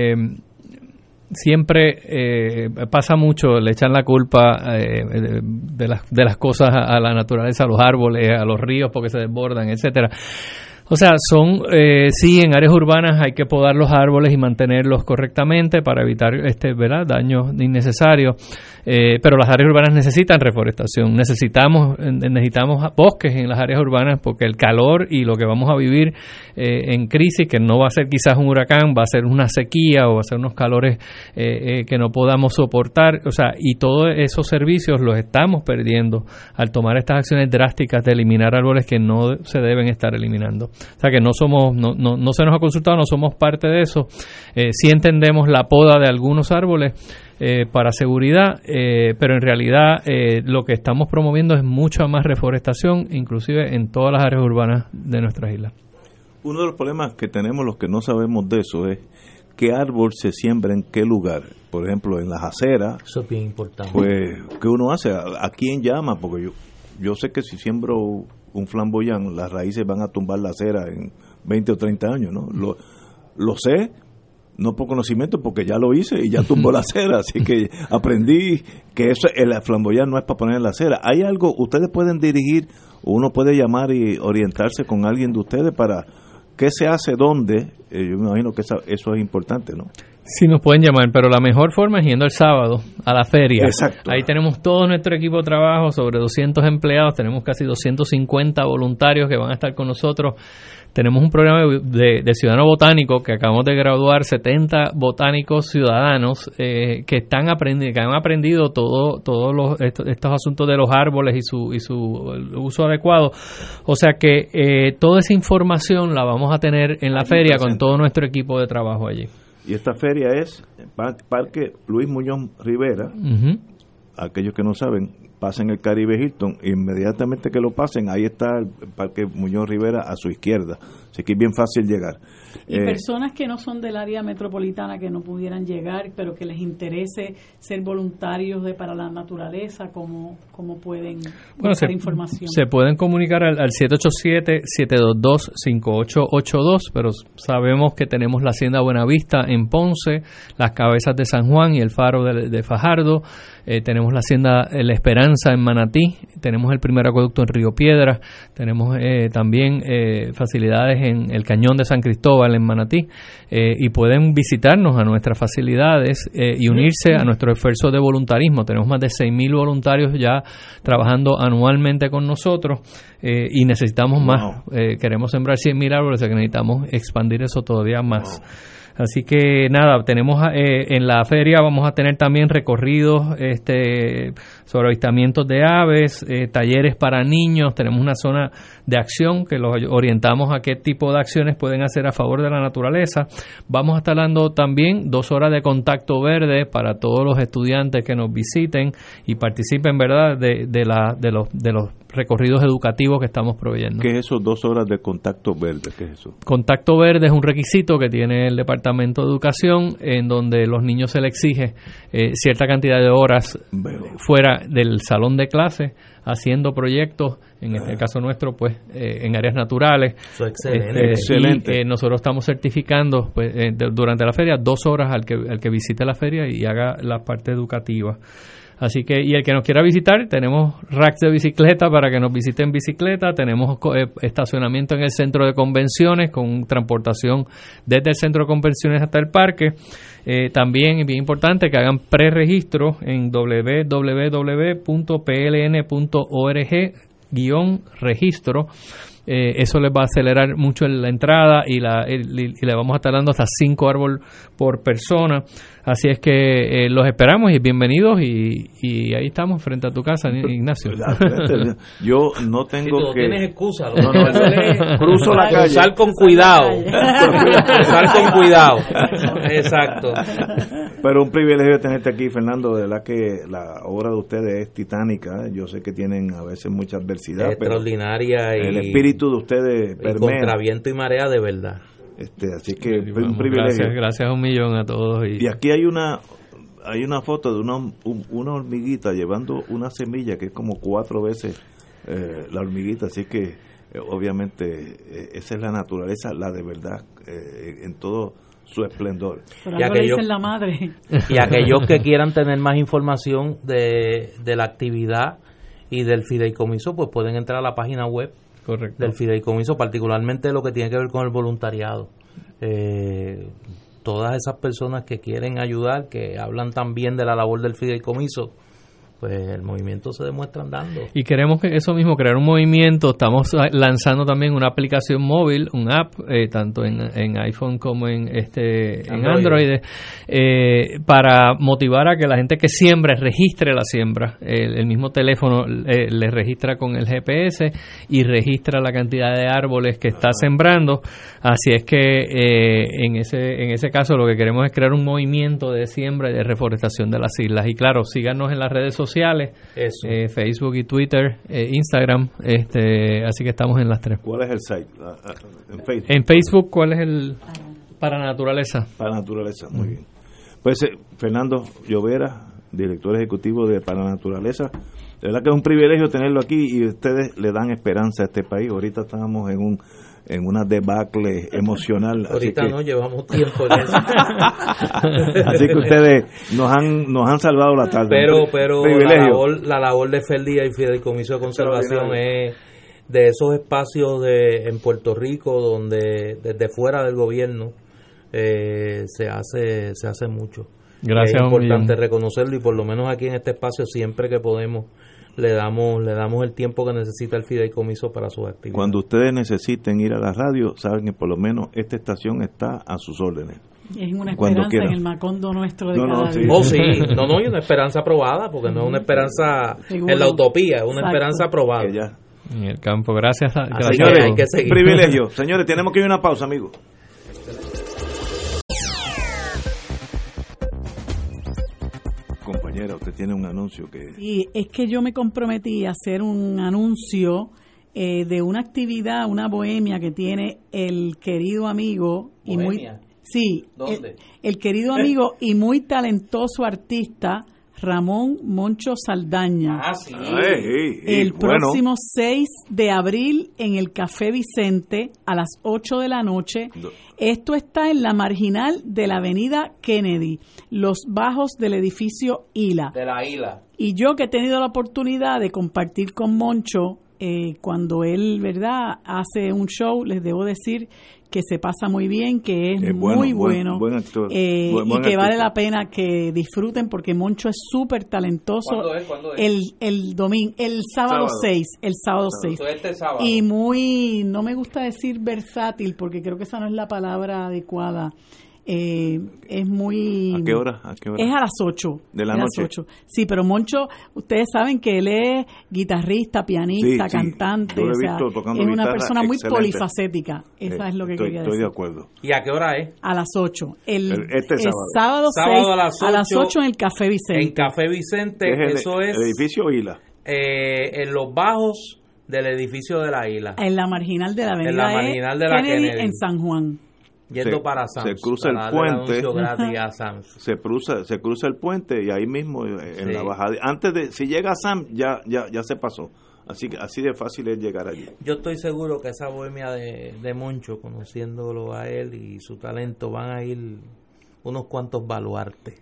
Siempre pasa mucho, le echan la culpa de las cosas a la naturaleza, a los árboles, a los ríos porque se desbordan, etcétera. O sea, sí, en áreas urbanas hay que podar los árboles y mantenerlos correctamente para evitar ¿verdad?, daños innecesarios. Pero las áreas urbanas necesitan reforestación. Necesitamos bosques en las áreas urbanas, porque el calor y lo que vamos a vivir en crisis, que no va a ser quizás un huracán, va a ser una sequía o va a ser unos calores que no podamos soportar. O sea, y todos esos servicios los estamos perdiendo al tomar estas acciones drásticas de eliminar árboles que no se deben estar eliminando. O sea que no se nos ha consultado, no somos parte de eso. Sí entendemos la poda de algunos árboles para seguridad, pero en realidad lo que estamos promoviendo es mucha más reforestación, inclusive en todas las áreas urbanas de nuestras islas. Uno de los problemas que tenemos los que no sabemos de eso es qué árbol se siembra en qué lugar. Por ejemplo, en las aceras. Eso es bien importante. Pues, ¿qué uno hace? ¿A quién llama? Porque yo sé que si siembro un flamboyán, las raíces van a tumbar la acera en 20 o 30 años, ¿no? Lo sé, no por conocimiento, porque ya lo hice y ya tumbó la acera, así que aprendí que eso, el flamboyar no es para poner en la acera. ¿Hay algo, ustedes pueden dirigir, o uno puede llamar y orientarse con alguien de ustedes para qué se hace, dónde? Yo me imagino que eso es importante, ¿no? Sí, nos pueden llamar, pero la mejor forma es yendo el sábado a la feria. Exacto. Ahí tenemos todo nuestro equipo de trabajo, sobre 200 empleados, tenemos casi 250 voluntarios que van a estar con nosotros. Tenemos un programa de ciudadano botánico que acabamos de graduar 70 botánicos ciudadanos que están aprendiendo, que han aprendido todos estos asuntos de los árboles y su uso adecuado. O sea que toda esa información la vamos a tener en la feria con todo nuestro equipo de trabajo allí. Y esta feria es Parque Luis Muñoz Rivera. Uh-huh. Aquellos que no saben, pasen el Caribe Hilton, inmediatamente que lo pasen, ahí está el Parque Muñoz Rivera a su izquierda, así que es bien fácil llegar. Y personas que no son del área metropolitana, que no pudieran llegar, pero que les interese ser voluntarios para la naturaleza, ¿cómo pueden buscar información? Se pueden comunicar al 787-722-5882, pero sabemos que tenemos la Hacienda Buenavista en Ponce, las Cabezas de San Juan y el Faro de Fajardo. Tenemos la Hacienda La Esperanza en Manatí, tenemos el primer acueducto en Río Piedras, tenemos también facilidades en el Cañón de San Cristóbal en Manatí, y pueden visitarnos a nuestras facilidades y unirse a nuestro esfuerzo de voluntarismo. Tenemos más de 6,000 voluntarios ya trabajando anualmente con nosotros, y necesitamos más. Queremos sembrar 100,000 árboles, o sea que necesitamos expandir eso todavía más. Así que nada, tenemos en la feria vamos a tener también recorridos sobre avistamientos de aves, talleres para niños, tenemos una zona de acción que los orientamos a qué tipo de acciones pueden hacer a favor de la naturaleza. Vamos a estar dando también 2 horas de contacto verde para todos los estudiantes que nos visiten y participen, ¿verdad?, de los recorridos educativos que estamos proveyendo. ¿Qué es eso, 2 horas de contacto verde? ¿Qué es eso? Contacto verde es un requisito que tiene el Departamento de Educación, en donde los niños se les exige cierta cantidad de horas fuera del salón de clase, haciendo proyectos, en este caso nuestro, pues en áreas naturales. Eso es excelente. Excelente. Y nosotros estamos certificando pues durante la feria 2 horas al que visite la feria y haga la parte educativa. Así que, y el que nos quiera visitar, tenemos racks de bicicleta para que nos visiten bicicleta, tenemos estacionamiento en el centro de convenciones con transportación desde el centro de convenciones hasta el parque. También es bien importante que hagan preregistro en www.pln.org/registro. Eso les va a acelerar mucho la entrada y le vamos a estar dando hasta 5 árboles por persona. Así es que los esperamos y bienvenidos, y ahí estamos frente a tu casa, Ignacio. Yo no tengo si tú que... tienes excusa, cruzo la calle. Cruzar con cuidado. Cruzar con cuidado. Exacto. Pero un privilegio tenerte aquí, Fernando. De verdad que la obra de ustedes es titánica. Yo sé que tienen a veces mucha adversidad, extraordinaria, pero el espíritu de ustedes permea. Contra viento y marea, de verdad. Así que un privilegio. Gracias un millón a todos. Y aquí hay una foto de una hormiguita llevando una semilla que es como 4 veces la hormiguita. Así que obviamente esa es la naturaleza, la de verdad, en todo su esplendor. Por algo le dicen la madre. Y aquellos que quieran tener más información de la actividad y del fideicomiso, pues pueden entrar a la página web. Correcto. Del fideicomiso, particularmente lo que tiene que ver con el voluntariado. Todas esas personas que quieren ayudar, que hablan también de la labor del fideicomiso, pues el movimiento se demuestra andando. Y queremos que eso mismo, crear un movimiento. Estamos lanzando también una aplicación móvil, un app, tanto en iPhone como en Android, para motivar a que la gente que siembra registre la siembra. El mismo teléfono le registra con el GPS y registra la cantidad de árboles que está sembrando. Así es que en ese caso lo que queremos es crear un movimiento de siembra y de reforestación de las islas. Y claro, síganos en las redes sociales, Facebook y Twitter, Instagram, así que estamos en las 3. ¿Cuál es el site? En Facebook. En Facebook, ¿cuál es el? Para Naturaleza. Para Naturaleza, muy bien. Pues Fernando Llovera, director ejecutivo de Paranaturaleza. De verdad que es un privilegio tenerlo aquí y ustedes le dan esperanza a este país. Ahorita estábamos en una debacle emocional. Ahorita así que, no llevamos tiempo en eso. así que ustedes nos han salvado la tarde. Pero la labor de Ferdía y Fideicomiso de Conservación es de esos espacios en Puerto Rico donde desde fuera del gobierno se hace mucho. Gracias. Es importante reconocerlo y por lo menos aquí en este espacio siempre que podemos le damos el tiempo que necesita el fideicomiso para sus actividades. Cuando ustedes necesiten ir a la radio, saben que por lo menos esta estación está a sus órdenes. Es una esperanza en el Macondo nuestro de cada sí. día. Oh, sí, y una esperanza aprobada, porque no es una esperanza en la utopía, es una esperanza aprobada. Ya. En el campo, gracias. Señores, hay que seguir. Un privilegio. Señores, tenemos que ir a una pausa, amigos. Compañera, usted tiene un anuncio que... Sí, es que yo me comprometí a hacer un anuncio de una actividad, una bohemia que tiene el querido amigo y ¿Bohemia? ¿Dónde? El querido amigo y muy talentoso artista Ramón Moncho Saldaña. Sí. El próximo 6 de abril en el Café Vicente a las 8 de la noche. Esto está en la marginal de la avenida Kennedy, los bajos del edificio Hila. De la Hila. Y yo que he tenido la oportunidad de compartir con Moncho cuando él, ¿verdad?, hace un show, les debo decir que se pasa muy bien, que es muy bueno, buen actor, y que artista. vale la pena que disfruten porque Moncho es súper talentoso. ¿Cuándo es? El sábado 6, Este sábado. y muy, no me gusta decir versátil porque creo que esa no es la palabra adecuada. Es muy... ¿A qué hora? Es a las 8 de la noche. 8. Sí, pero Moncho, ustedes saben que él es guitarrista, pianista, Sí, cantante, yo lo he o sea, visto tocando es una guitarra, persona muy excelente. polifacética. Esa es lo que quería decir. Estoy de acuerdo. ¿Y a qué hora es? A las 8. Este sábado 6 a las 8 en el Café Vicente. En Café Vicente, eso es... El edificio Hila. En los bajos del edificio de la Isla. En la marginal de la avenida En la marginal de la Kennedy. en San Juan. Yendo para Sams. Se cruza el para puente. anuncio gratis a Sams. Se cruza el puente y ahí mismo en la bajada. Antes de, si llega a Sam, ya se pasó. Así que así de fácil es llegar allí. Yo estoy seguro que esa bohemia de Moncho, conociéndolo a él y su talento, van a ir unos cuantos baluartes.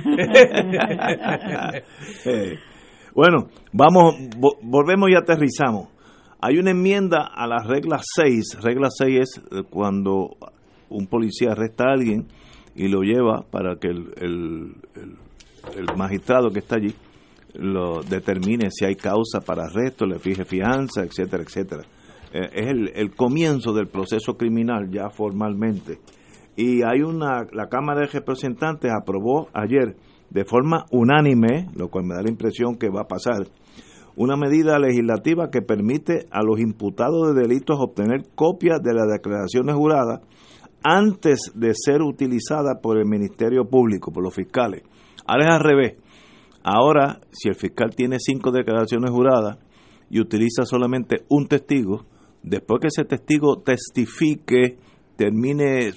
Bueno, volvemos y aterrizamos. Hay una enmienda a la regla 6. Regla 6 es cuando un policía arresta a alguien y lo lleva para que el magistrado que está allí lo determine si hay causa para arresto, le fije fianza, etcétera, etcétera. Es el comienzo del proceso criminal ya formalmente. Y la Cámara de Representantes aprobó ayer de forma unánime, lo cual me da la impresión que va a pasar, una medida legislativa que permite a los imputados de delitos obtener copias de las declaraciones juradas antes de ser utilizadas por el Ministerio Público, por los fiscales. Ahora es al revés. Ahora, si el fiscal tiene 5 declaraciones juradas y utiliza solamente un testigo, después que ese testigo testifique, termine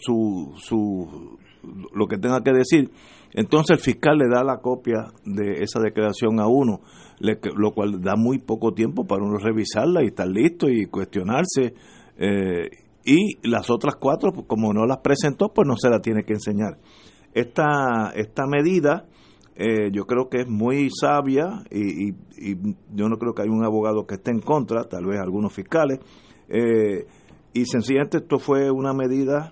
lo que tenga que decir, entonces el fiscal le da la copia de esa declaración a uno, lo cual da muy poco tiempo para uno revisarla y estar listo y cuestionarse. Y las otras 4, pues, como no las presentó, pues no se la tiene que enseñar. Esta medida yo creo que es muy sabia y yo no creo que haya un abogado que esté en contra, tal vez algunos fiscales. Y sencillamente esto fue una medida,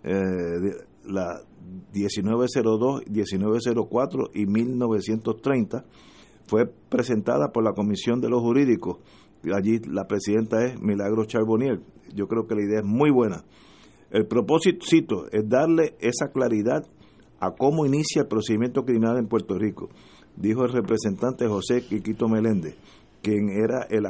la 1902, 1904 y 1930, fue presentada por la Comisión de los Jurídicos. Allí la presidenta es Milagros Charbonnier. Yo creo que la idea es muy buena. El propósito es darle esa claridad a cómo inicia el procedimiento criminal en Puerto Rico, dijo el representante José Quiquito Meléndez, quien era el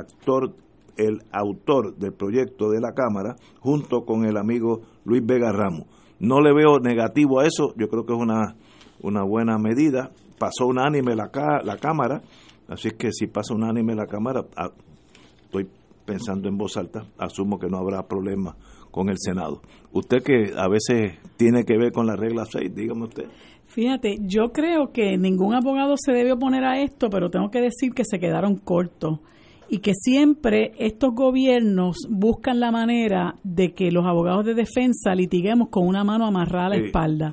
autor del proyecto de la Cámara, junto con el amigo Luis Vega Ramos. No le veo negativo a eso, yo creo que es una buena medida. Pasó unánime la Cámara, así que si pasa unánime la Cámara, estoy pensando en voz alta, asumo que no habrá problema con el Senado. Usted que a veces tiene que ver con la regla 6, dígame usted. Fíjate, yo creo que ningún abogado se debe oponer a esto, pero tengo que decir que se quedaron cortos y que siempre estos gobiernos buscan la manera de que los abogados de defensa litiguemos con una mano amarrada a la espalda.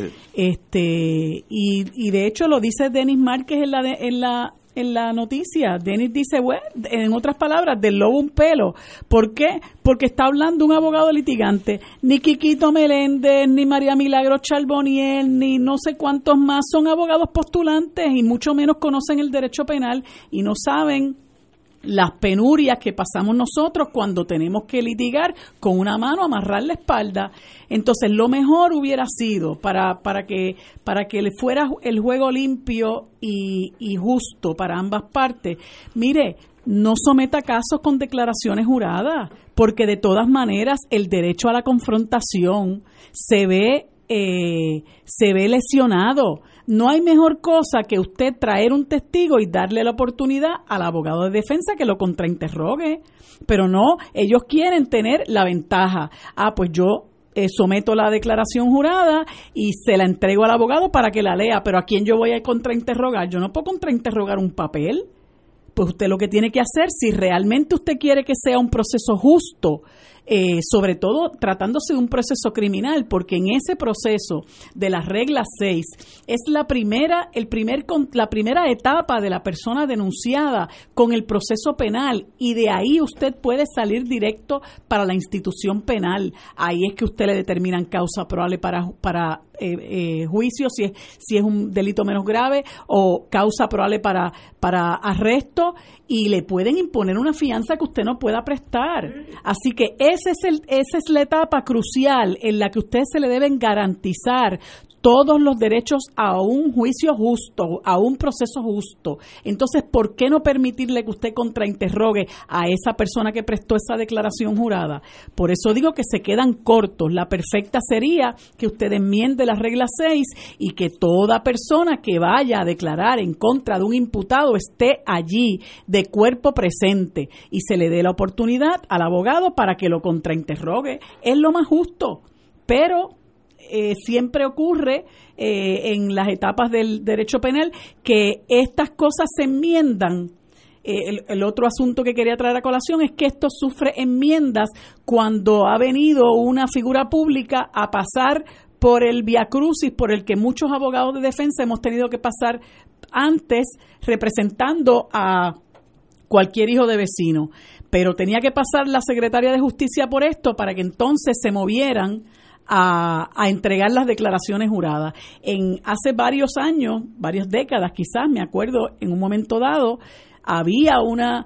Y de hecho lo dice Denis Márquez en la noticia. Denis dice, bueno, en otras palabras, del lobo un pelo. ¿Por qué? Porque está hablando un abogado litigante. Ni Quiquito Meléndez, ni María Milagros Charboniel, ni no sé cuántos más son abogados postulantes y mucho menos conocen el derecho penal y no saben las penurias que pasamos nosotros cuando tenemos que litigar con una mano, amarrar la espalda. Entonces, lo mejor hubiera sido para que fuera el juego limpio y justo para ambas partes. Mire, no someta casos con declaraciones juradas, porque de todas maneras el derecho a la confrontación se ve lesionado. No hay mejor cosa que usted traer un testigo y darle la oportunidad al abogado de defensa que lo contrainterrogue. Pero no, ellos quieren tener la ventaja. Pues yo someto la declaración jurada y se la entrego al abogado para que la lea. Pero ¿a quién yo voy a contrainterrogar? Yo no puedo contrainterrogar un papel. Pues usted lo que tiene que hacer, si realmente usted quiere que sea un proceso justo, sobre todo tratándose de un proceso criminal, porque en ese proceso de la regla 6 es la primera etapa de la persona denunciada con el proceso penal, y de ahí usted puede salir directo para la institución penal. Ahí es que usted le determinan causa probable para juicio, si es un delito menos grave, o causa probable para arresto, y le pueden imponer una fianza que usted no pueda prestar. Así que esa es la etapa crucial en la que usted se le deben garantizar todos los derechos a un juicio justo, a un proceso justo. Entonces, ¿por qué no permitirle que usted contrainterrogue a esa persona que prestó esa declaración jurada? Por eso digo que se quedan cortos. La perfecta sería que usted enmiende la regla 6 y que toda persona que vaya a declarar en contra de un imputado esté allí de cuerpo presente y se le dé la oportunidad al abogado para que lo contrainterrogue. Es lo más justo, pero siempre ocurre en las etapas del derecho penal que estas cosas se enmiendan. El otro asunto que quería traer a colación es que esto sufre enmiendas cuando ha venido una figura pública a pasar por el viacrucis por el que muchos abogados de defensa hemos tenido que pasar antes representando a cualquier hijo de vecino. Pero tenía que pasar la secretaria de Justicia por esto para que entonces se movieran a entregar las declaraciones juradas. Hace varios años, varias décadas quizás, me acuerdo, en un momento dado, había una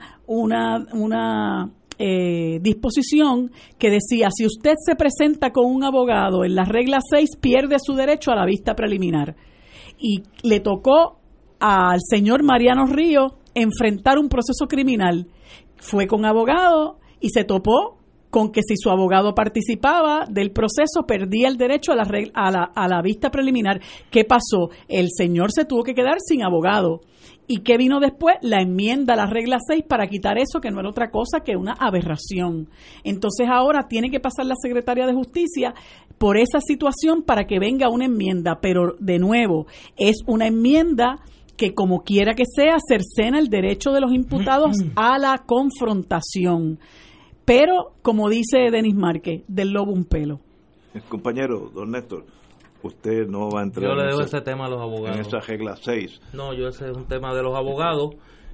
disposición que decía, si usted se presenta con un abogado en la regla 6, pierde su derecho a la vista preliminar. Y le tocó al señor Mariano Ríos enfrentar un proceso criminal. Fue con abogado y se topó con que si su abogado participaba del proceso perdía el derecho a la vista preliminar. ¿Qué pasó? El señor se tuvo que quedar sin abogado. ¿Y qué vino después? La enmienda a la regla 6 para quitar eso, que no era otra cosa que una aberración. Entonces ahora tiene que pasar la secretaria de Justicia por esa situación para que venga una enmienda. Pero de nuevo, es una enmienda que como quiera que sea cercena el derecho de los imputados a la confrontación. Pero, como dice Denis Márquez, del lobo un pelo. Compañero, don Néstor, usted no va a entrar. Yo le debo ese tema a los abogados. En esa regla 6. No, ese es un tema de los abogados.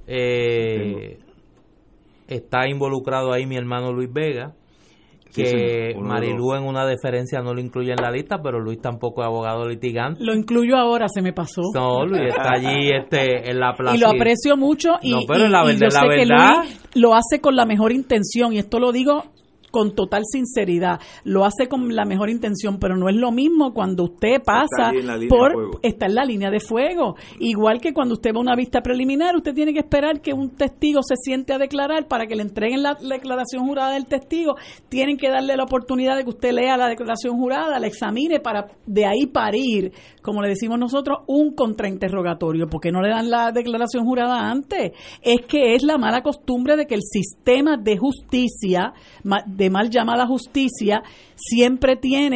Está involucrado ahí mi hermano Luis Vega, que Marilú en una deferencia no lo incluye en la lista, pero Luis tampoco es abogado litigante. Lo incluyo ahora, se me pasó. No, Luis está allí en la plaza. Y lo aprecio mucho. No, pero la verdad, yo sé que Luis lo hace con la mejor intención, y esto lo digo con total sinceridad, lo hace con la mejor intención, pero no es lo mismo cuando usted pasa está en la línea de fuego. Igual que cuando usted va a una vista preliminar, usted tiene que esperar que un testigo se siente a declarar para que le entreguen la declaración jurada del testigo. Tienen que darle la oportunidad de que usted lea la declaración jurada, la examine, para de ahí parir, como le decimos nosotros, un contrainterrogatorio. ¿Por qué no le dan la declaración jurada antes? Es que es la mala costumbre de que el sistema de justicia, de mal llamada justicia, siempre tiene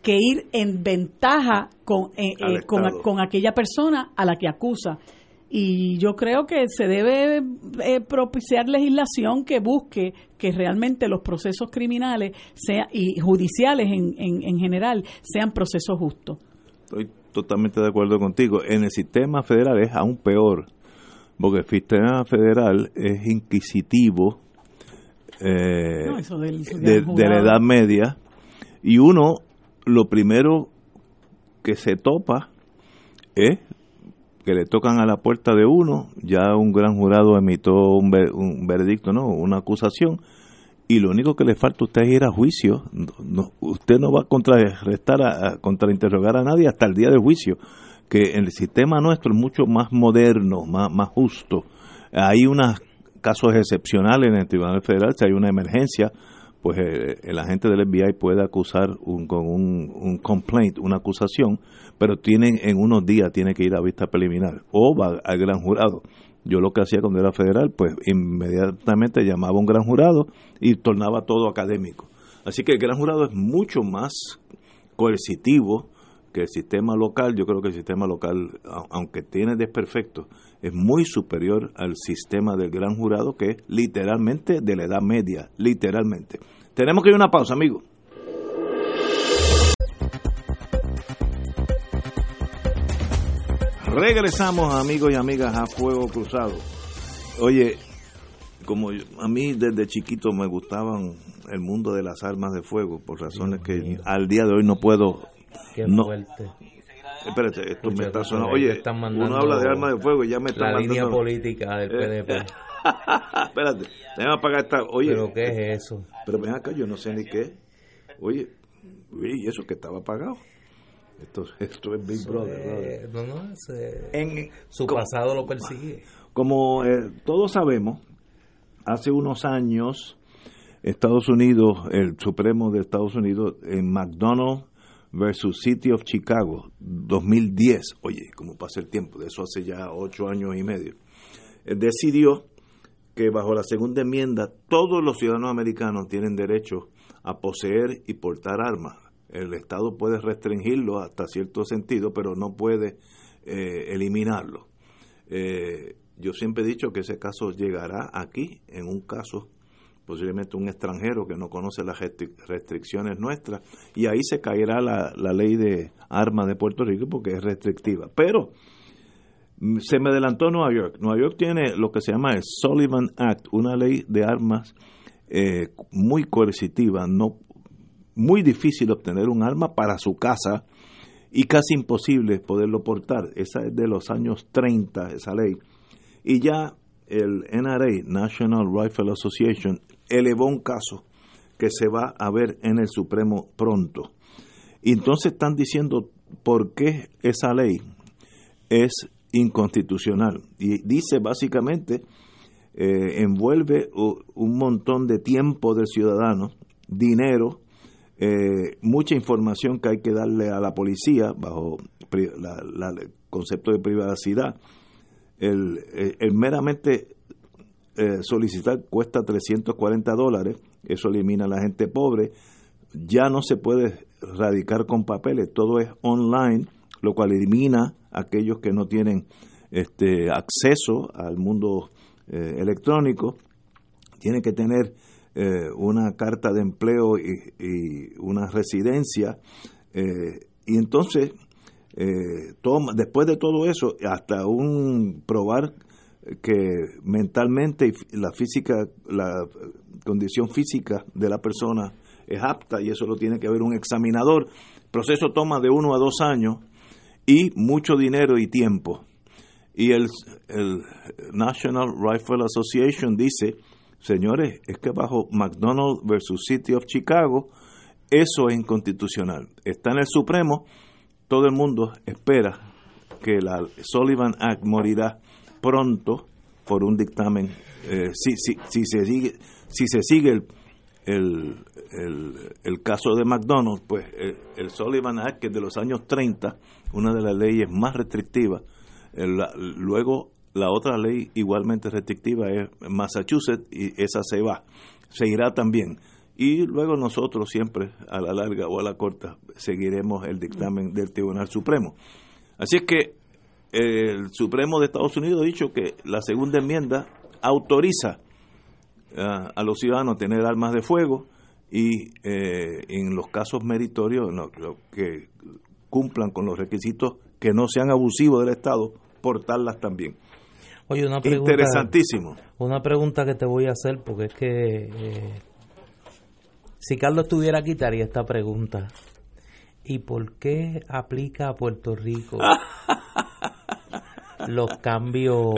que ir en ventaja con aquella persona a la que acusa. Y yo creo que se debe propiciar legislación que busque que realmente los procesos criminales y judiciales en general sean procesos justos. Estoy totalmente de acuerdo contigo. En el sistema federal es aún peor, porque el sistema federal es inquisitivo de la Edad Media, y uno, lo primero que se topa es que le tocan a la puerta de uno, ya un gran jurado emitió un veredicto, no, una acusación, y lo único que le falta a usted es ir a juicio. Usted no va a contrainterrogar a nadie hasta el día del juicio, que el sistema nuestro es mucho más moderno, más justo. Hay unos casos excepcionales en el Tribunal Federal, si hay una emergencia, pues el agente del FBI puede acusar con un complaint, una acusación, pero en unos días tiene que ir a vista preliminar o va al gran jurado. Yo lo que hacía cuando era federal, pues inmediatamente llamaba a un gran jurado y tornaba todo académico. Así que el gran jurado es mucho más coercitivo que el sistema local. Yo creo que el sistema local, aunque tiene desperfectos, es muy superior al sistema del gran jurado, que es literalmente de la Edad Media, literalmente. Tenemos que ir a una pausa, amigos. Regresamos, amigos y amigas, a Fuego Cruzado. Oye, como a mí desde chiquito me gustaban el mundo de las armas de fuego, por razones que al día de hoy no puedo. Qué fuerte. Espérate, esto me está sonando. Oye, uno habla de armas de fuego y ya me está mandando la línea política del PNP. Espérate, déjame apagar esta. Oye, ¿pero qué es eso? Pero ven acá, yo no sé ni qué. Oye, y eso que estaba apagado. Esto es Big Brother. Su pasado lo persigue. Como todos sabemos, hace unos años, Estados Unidos, el Supremo de Estados Unidos, en McDonald versus City of Chicago, 2010, oye, como pasa el tiempo, de eso hace ya 8 años y medio, decidió que bajo la segunda enmienda todos los ciudadanos americanos tienen derecho a poseer y portar armas. El Estado puede restringirlo hasta cierto sentido, pero no puede eliminarlo. Yo siempre he dicho que ese caso llegará aquí, en un caso, posiblemente un extranjero que no conoce las restricciones nuestras, y ahí se caerá la ley de armas de Puerto Rico porque es restrictiva. Pero se me adelantó Nueva York. Nueva York tiene lo que se llama el Sullivan Act, una ley de armas muy coercitiva, muy difícil obtener un arma para su casa y casi imposible poderlo portar. Esa es de los años 30, esa ley. Y ya el NRA, National Rifle Association, elevó un caso que se va a ver en el Supremo pronto. Y entonces están diciendo por qué esa ley es inconstitucional. Y dice básicamente, envuelve un montón de tiempo del ciudadano, dinero, mucha información que hay que darle a la policía bajo el concepto de privacidad. El meramente solicitar cuesta $340, eso elimina a la gente pobre. Ya no se puede radicar con papeles, todo es online, lo cual elimina a aquellos que no tienen acceso al mundo electrónico. Tiene que tener una carta de empleo y una residencia, y entonces después de todo eso, hasta probar que mentalmente la condición física de la persona es apta, y eso lo tiene que ver un examinador. El proceso toma de 1 a 2 años y mucho dinero y tiempo. Y el National Rifle Association dice, señores, es que bajo McDonald versus City of Chicago, eso es inconstitucional. Está en el Supremo, todo el mundo espera que la Sullivan Act morirá pronto por un dictamen. Si se sigue el caso de McDonald, pues el Sullivan Act, que es de los años 30, una de las leyes más restrictivas. Luego la otra ley igualmente restrictiva es Massachusetts, y esa se irá también. y luego nosotros siempre, a la larga o a la corta, seguiremos el dictamen del Tribunal Supremo. Así es que el Supremo de Estados Unidos ha dicho que la segunda enmienda autoriza a los ciudadanos a tener armas de fuego y en los casos meritorios que cumplan con los requisitos que no sean abusivos del Estado, portarlas también. Oye, una pregunta, interesantísimo. Una pregunta que te voy a hacer, porque es que si Carlos estuviera aquí te haría esta pregunta. ¿Y por qué aplica a Puerto Rico los cambios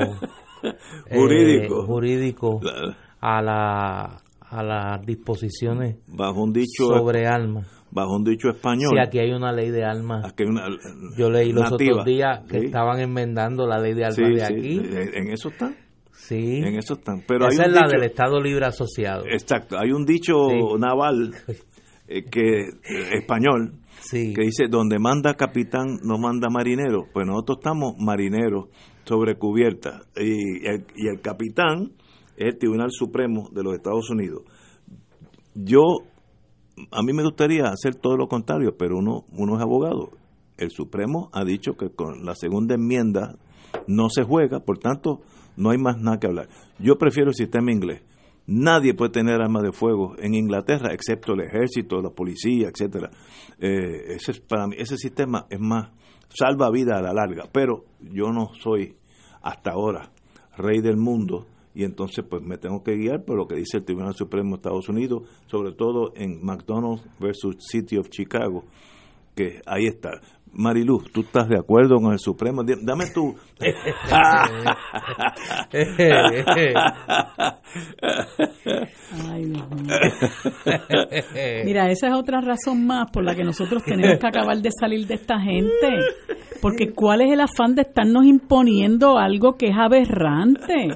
jurídicos a las disposiciones bajo un dicho sobre armas? Bajo un dicho español. Sí, aquí hay una ley de armas. Aquí hay una yo leí los nativa, otros días que sí, estaban enmendando la ley de armas de aquí. En eso están. Sí. En eso están. Pero esa hay es un la dicho, del Estado Libre Asociado. Exacto. Hay un dicho naval español que dice: donde manda capitán no manda marinero. Pues nosotros estamos marineros sobre cubierta y el capitán es el Tribunal Supremo de los Estados Unidos. A mí me gustaría hacer todo lo contrario, pero uno es abogado. El Supremo ha dicho que con la segunda enmienda no se juega, por tanto no hay más nada que hablar. Yo prefiero el sistema inglés. Nadie puede tener armas de fuego en Inglaterra, excepto el ejército, la policía, etcétera. Para mí ese sistema es más salva vida a la larga, pero yo no soy hasta ahora rey del mundo. Y entonces pues me tengo que guiar por lo que dice el Tribunal Supremo de Estados Unidos, sobre todo en McDonald versus City of Chicago, que ahí está. Mariluz, ¿tú estás de acuerdo con el Supremo? Dame tú. Ay, Dios mío. Mira, esa es otra razón más por la que nosotros tenemos que acabar de salir de esta gente. Porque ¿cuál es el afán de estarnos imponiendo algo que es aberrante?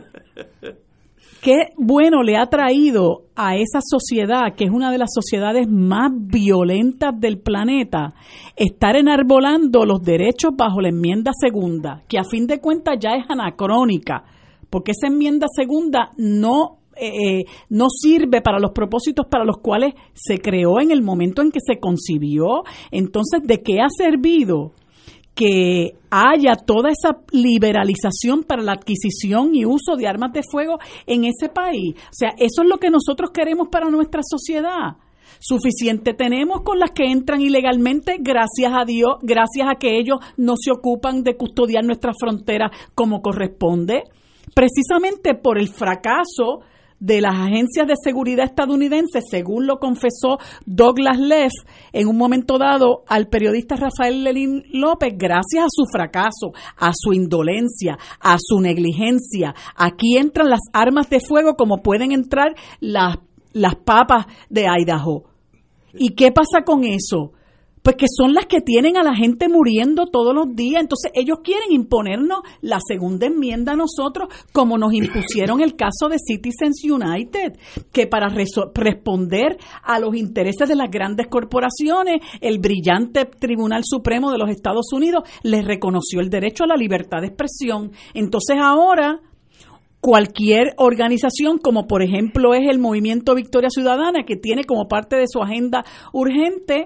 ¿Qué bueno le ha traído a esa sociedad, que es una de las sociedades más violentas del planeta, estar enarbolando los derechos bajo la enmienda segunda, que a fin de cuentas ya es anacrónica, porque esa enmienda segunda no sirve para los propósitos para los cuales se creó en el momento en que se concibió? Entonces, ¿de qué ha servido que haya toda esa liberalización para la adquisición y uso de armas de fuego en ese país? O sea, eso es lo que nosotros queremos para nuestra sociedad. Suficiente tenemos con las que entran ilegalmente, gracias a Dios, gracias a que ellos no se ocupan de custodiar nuestras fronteras como corresponde, precisamente por el fracaso de las agencias de seguridad estadounidenses, según lo confesó Douglas Leff en un momento dado al periodista Rafael Lelín López. Gracias a su fracaso, a su indolencia, a su negligencia, aquí entran las armas de fuego como pueden entrar las papas de Idaho. ¿Y qué pasa con eso? Pues que son las que tienen a la gente muriendo todos los días. Entonces ellos quieren imponernos la segunda enmienda a nosotros, como nos impusieron el caso de Citizens United, que para responder a los intereses de las grandes corporaciones, el brillante Tribunal Supremo de los Estados Unidos les reconoció el derecho a la libertad de expresión. Entonces ahora cualquier organización, como por ejemplo es el Movimiento Victoria Ciudadana, que tiene como parte de su agenda urgente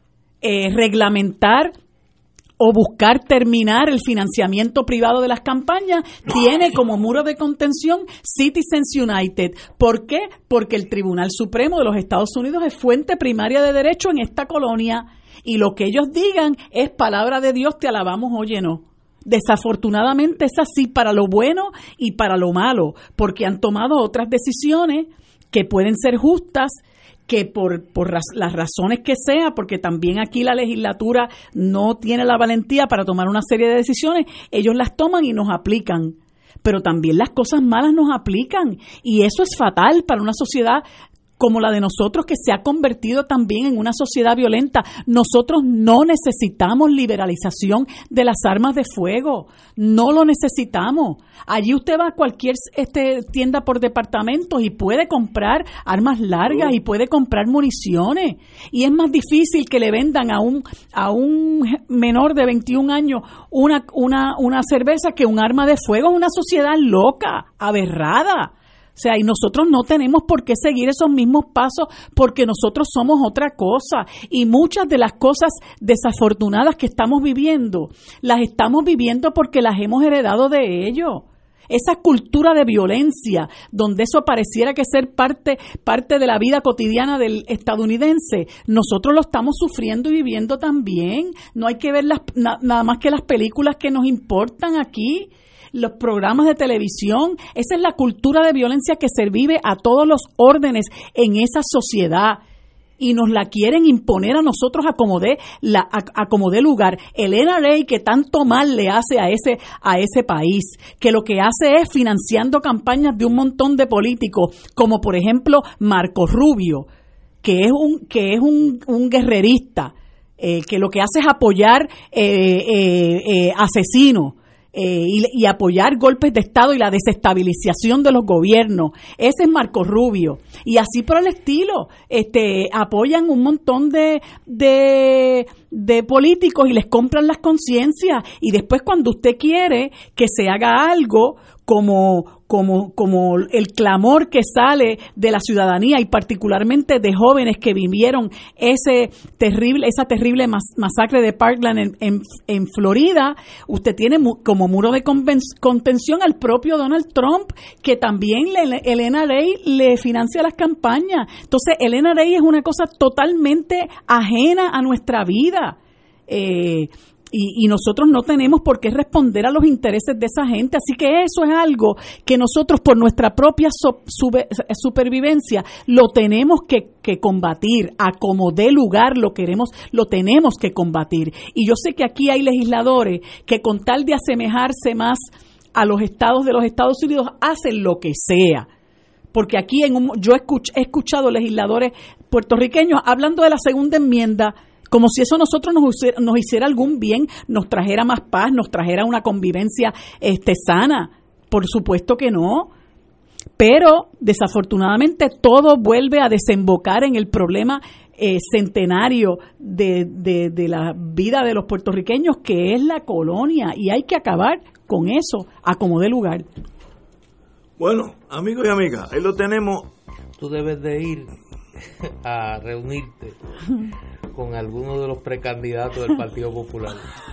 reglamentar o buscar terminar el financiamiento privado de las campañas, tiene como muro de contención Citizens United. ¿Por qué? Porque el Tribunal Supremo de los Estados Unidos es fuente primaria de derecho en esta colonia, y lo que ellos digan es palabra de Dios, te alabamos, oye, no. Desafortunadamente es así para lo bueno y para lo malo, porque han tomado otras decisiones que pueden ser justas, que por las razones que sea, porque también aquí la legislatura no tiene la valentía para tomar una serie de decisiones, ellos las toman y nos aplican. Pero también las cosas malas nos aplican, y eso es fatal para una sociedad como la de nosotros, que se ha convertido también en una sociedad violenta. Nosotros no necesitamos liberalización de las armas de fuego, no lo necesitamos. Allí usted va a cualquier tienda por departamentos y puede comprar armas largas y puede comprar municiones, y es más difícil que le vendan a un menor de 21 años una cerveza que un arma de fuego. Es una sociedad loca, aberrada. O sea, y nosotros no tenemos por qué seguir esos mismos pasos porque nosotros somos otra cosa. Y muchas de las cosas desafortunadas que estamos viviendo, las estamos viviendo porque las hemos heredado de ellos. Esa cultura de violencia, donde eso pareciera que ser parte de la vida cotidiana del estadounidense, nosotros lo estamos sufriendo y viviendo también. No hay que ver nada más que las películas que nos importan aquí, los programas de televisión. Esa es la cultura de violencia que se vive a todos los órdenes en esa sociedad. Y nos la quieren imponer a nosotros a como dé lugar. El NRA, que tanto mal le hace a ese país, que lo que hace es financiando campañas de un montón de políticos, como por ejemplo Marco Rubio, que es un guerrerista, que lo que hace es apoyar asesinos. Y apoyar golpes de Estado y la desestabilización de los gobiernos. Ese es Marco Rubio. Y así por el estilo, apoyan un montón de políticos y les compran las conciencias. Y después cuando usted quiere que se haga algo como el clamor que sale de la ciudadanía y particularmente de jóvenes que vivieron esa terrible masacre de Parkland en Florida, usted tiene como muro de contención al propio Donald Trump, que también el NRA le financia las campañas. Entonces el NRA es una cosa totalmente ajena a nuestra vida. Y nosotros no tenemos por qué responder a los intereses de esa gente. Así que eso es algo que nosotros por nuestra propia supervivencia lo tenemos que combatir. A como dé lugar lo tenemos que combatir. Y yo sé que aquí hay legisladores que con tal de asemejarse más a los estados de los Estados Unidos hacen lo que sea. Porque aquí yo he escuchado legisladores puertorriqueños hablando de la segunda enmienda, como si eso nosotros nos hiciera algún bien, nos trajera más paz, nos trajera una convivencia sana. Por supuesto que no. Pero desafortunadamente todo vuelve a desembocar en el problema centenario de la vida de los puertorriqueños, que es la colonia, y hay que acabar con eso a como dé lugar. Bueno, amigos y amigas, ahí lo tenemos. Tú debes de ir a reunirte con alguno de los precandidatos del Partido Popular.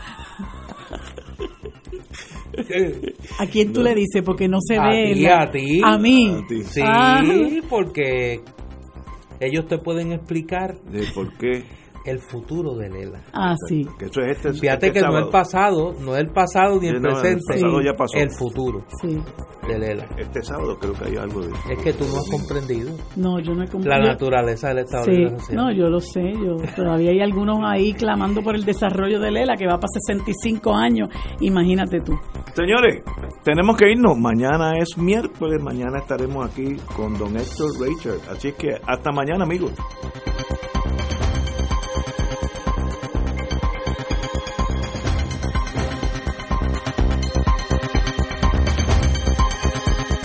¿A quién tú le dices? Porque no se ve. A ti. A mí. Sí, porque ellos te pueden explicar de por qué el futuro de Lela. Sí. Que eso es fíjate que sábado. no el pasado ni el presente, el pasado ya pasó. El futuro de Lela. Este sábado creo que hay algo de... Es que tú no has comprendido. No, yo no he comprendido. La naturaleza del Estado de la sociedad. No, yo lo sé. Todavía hay algunos ahí clamando por el desarrollo de Lela, que va para 65 años. Imagínate tú. Señores, tenemos que irnos. Mañana es miércoles. Mañana estaremos aquí con don Héctor Richard. Así es que hasta mañana, amigos.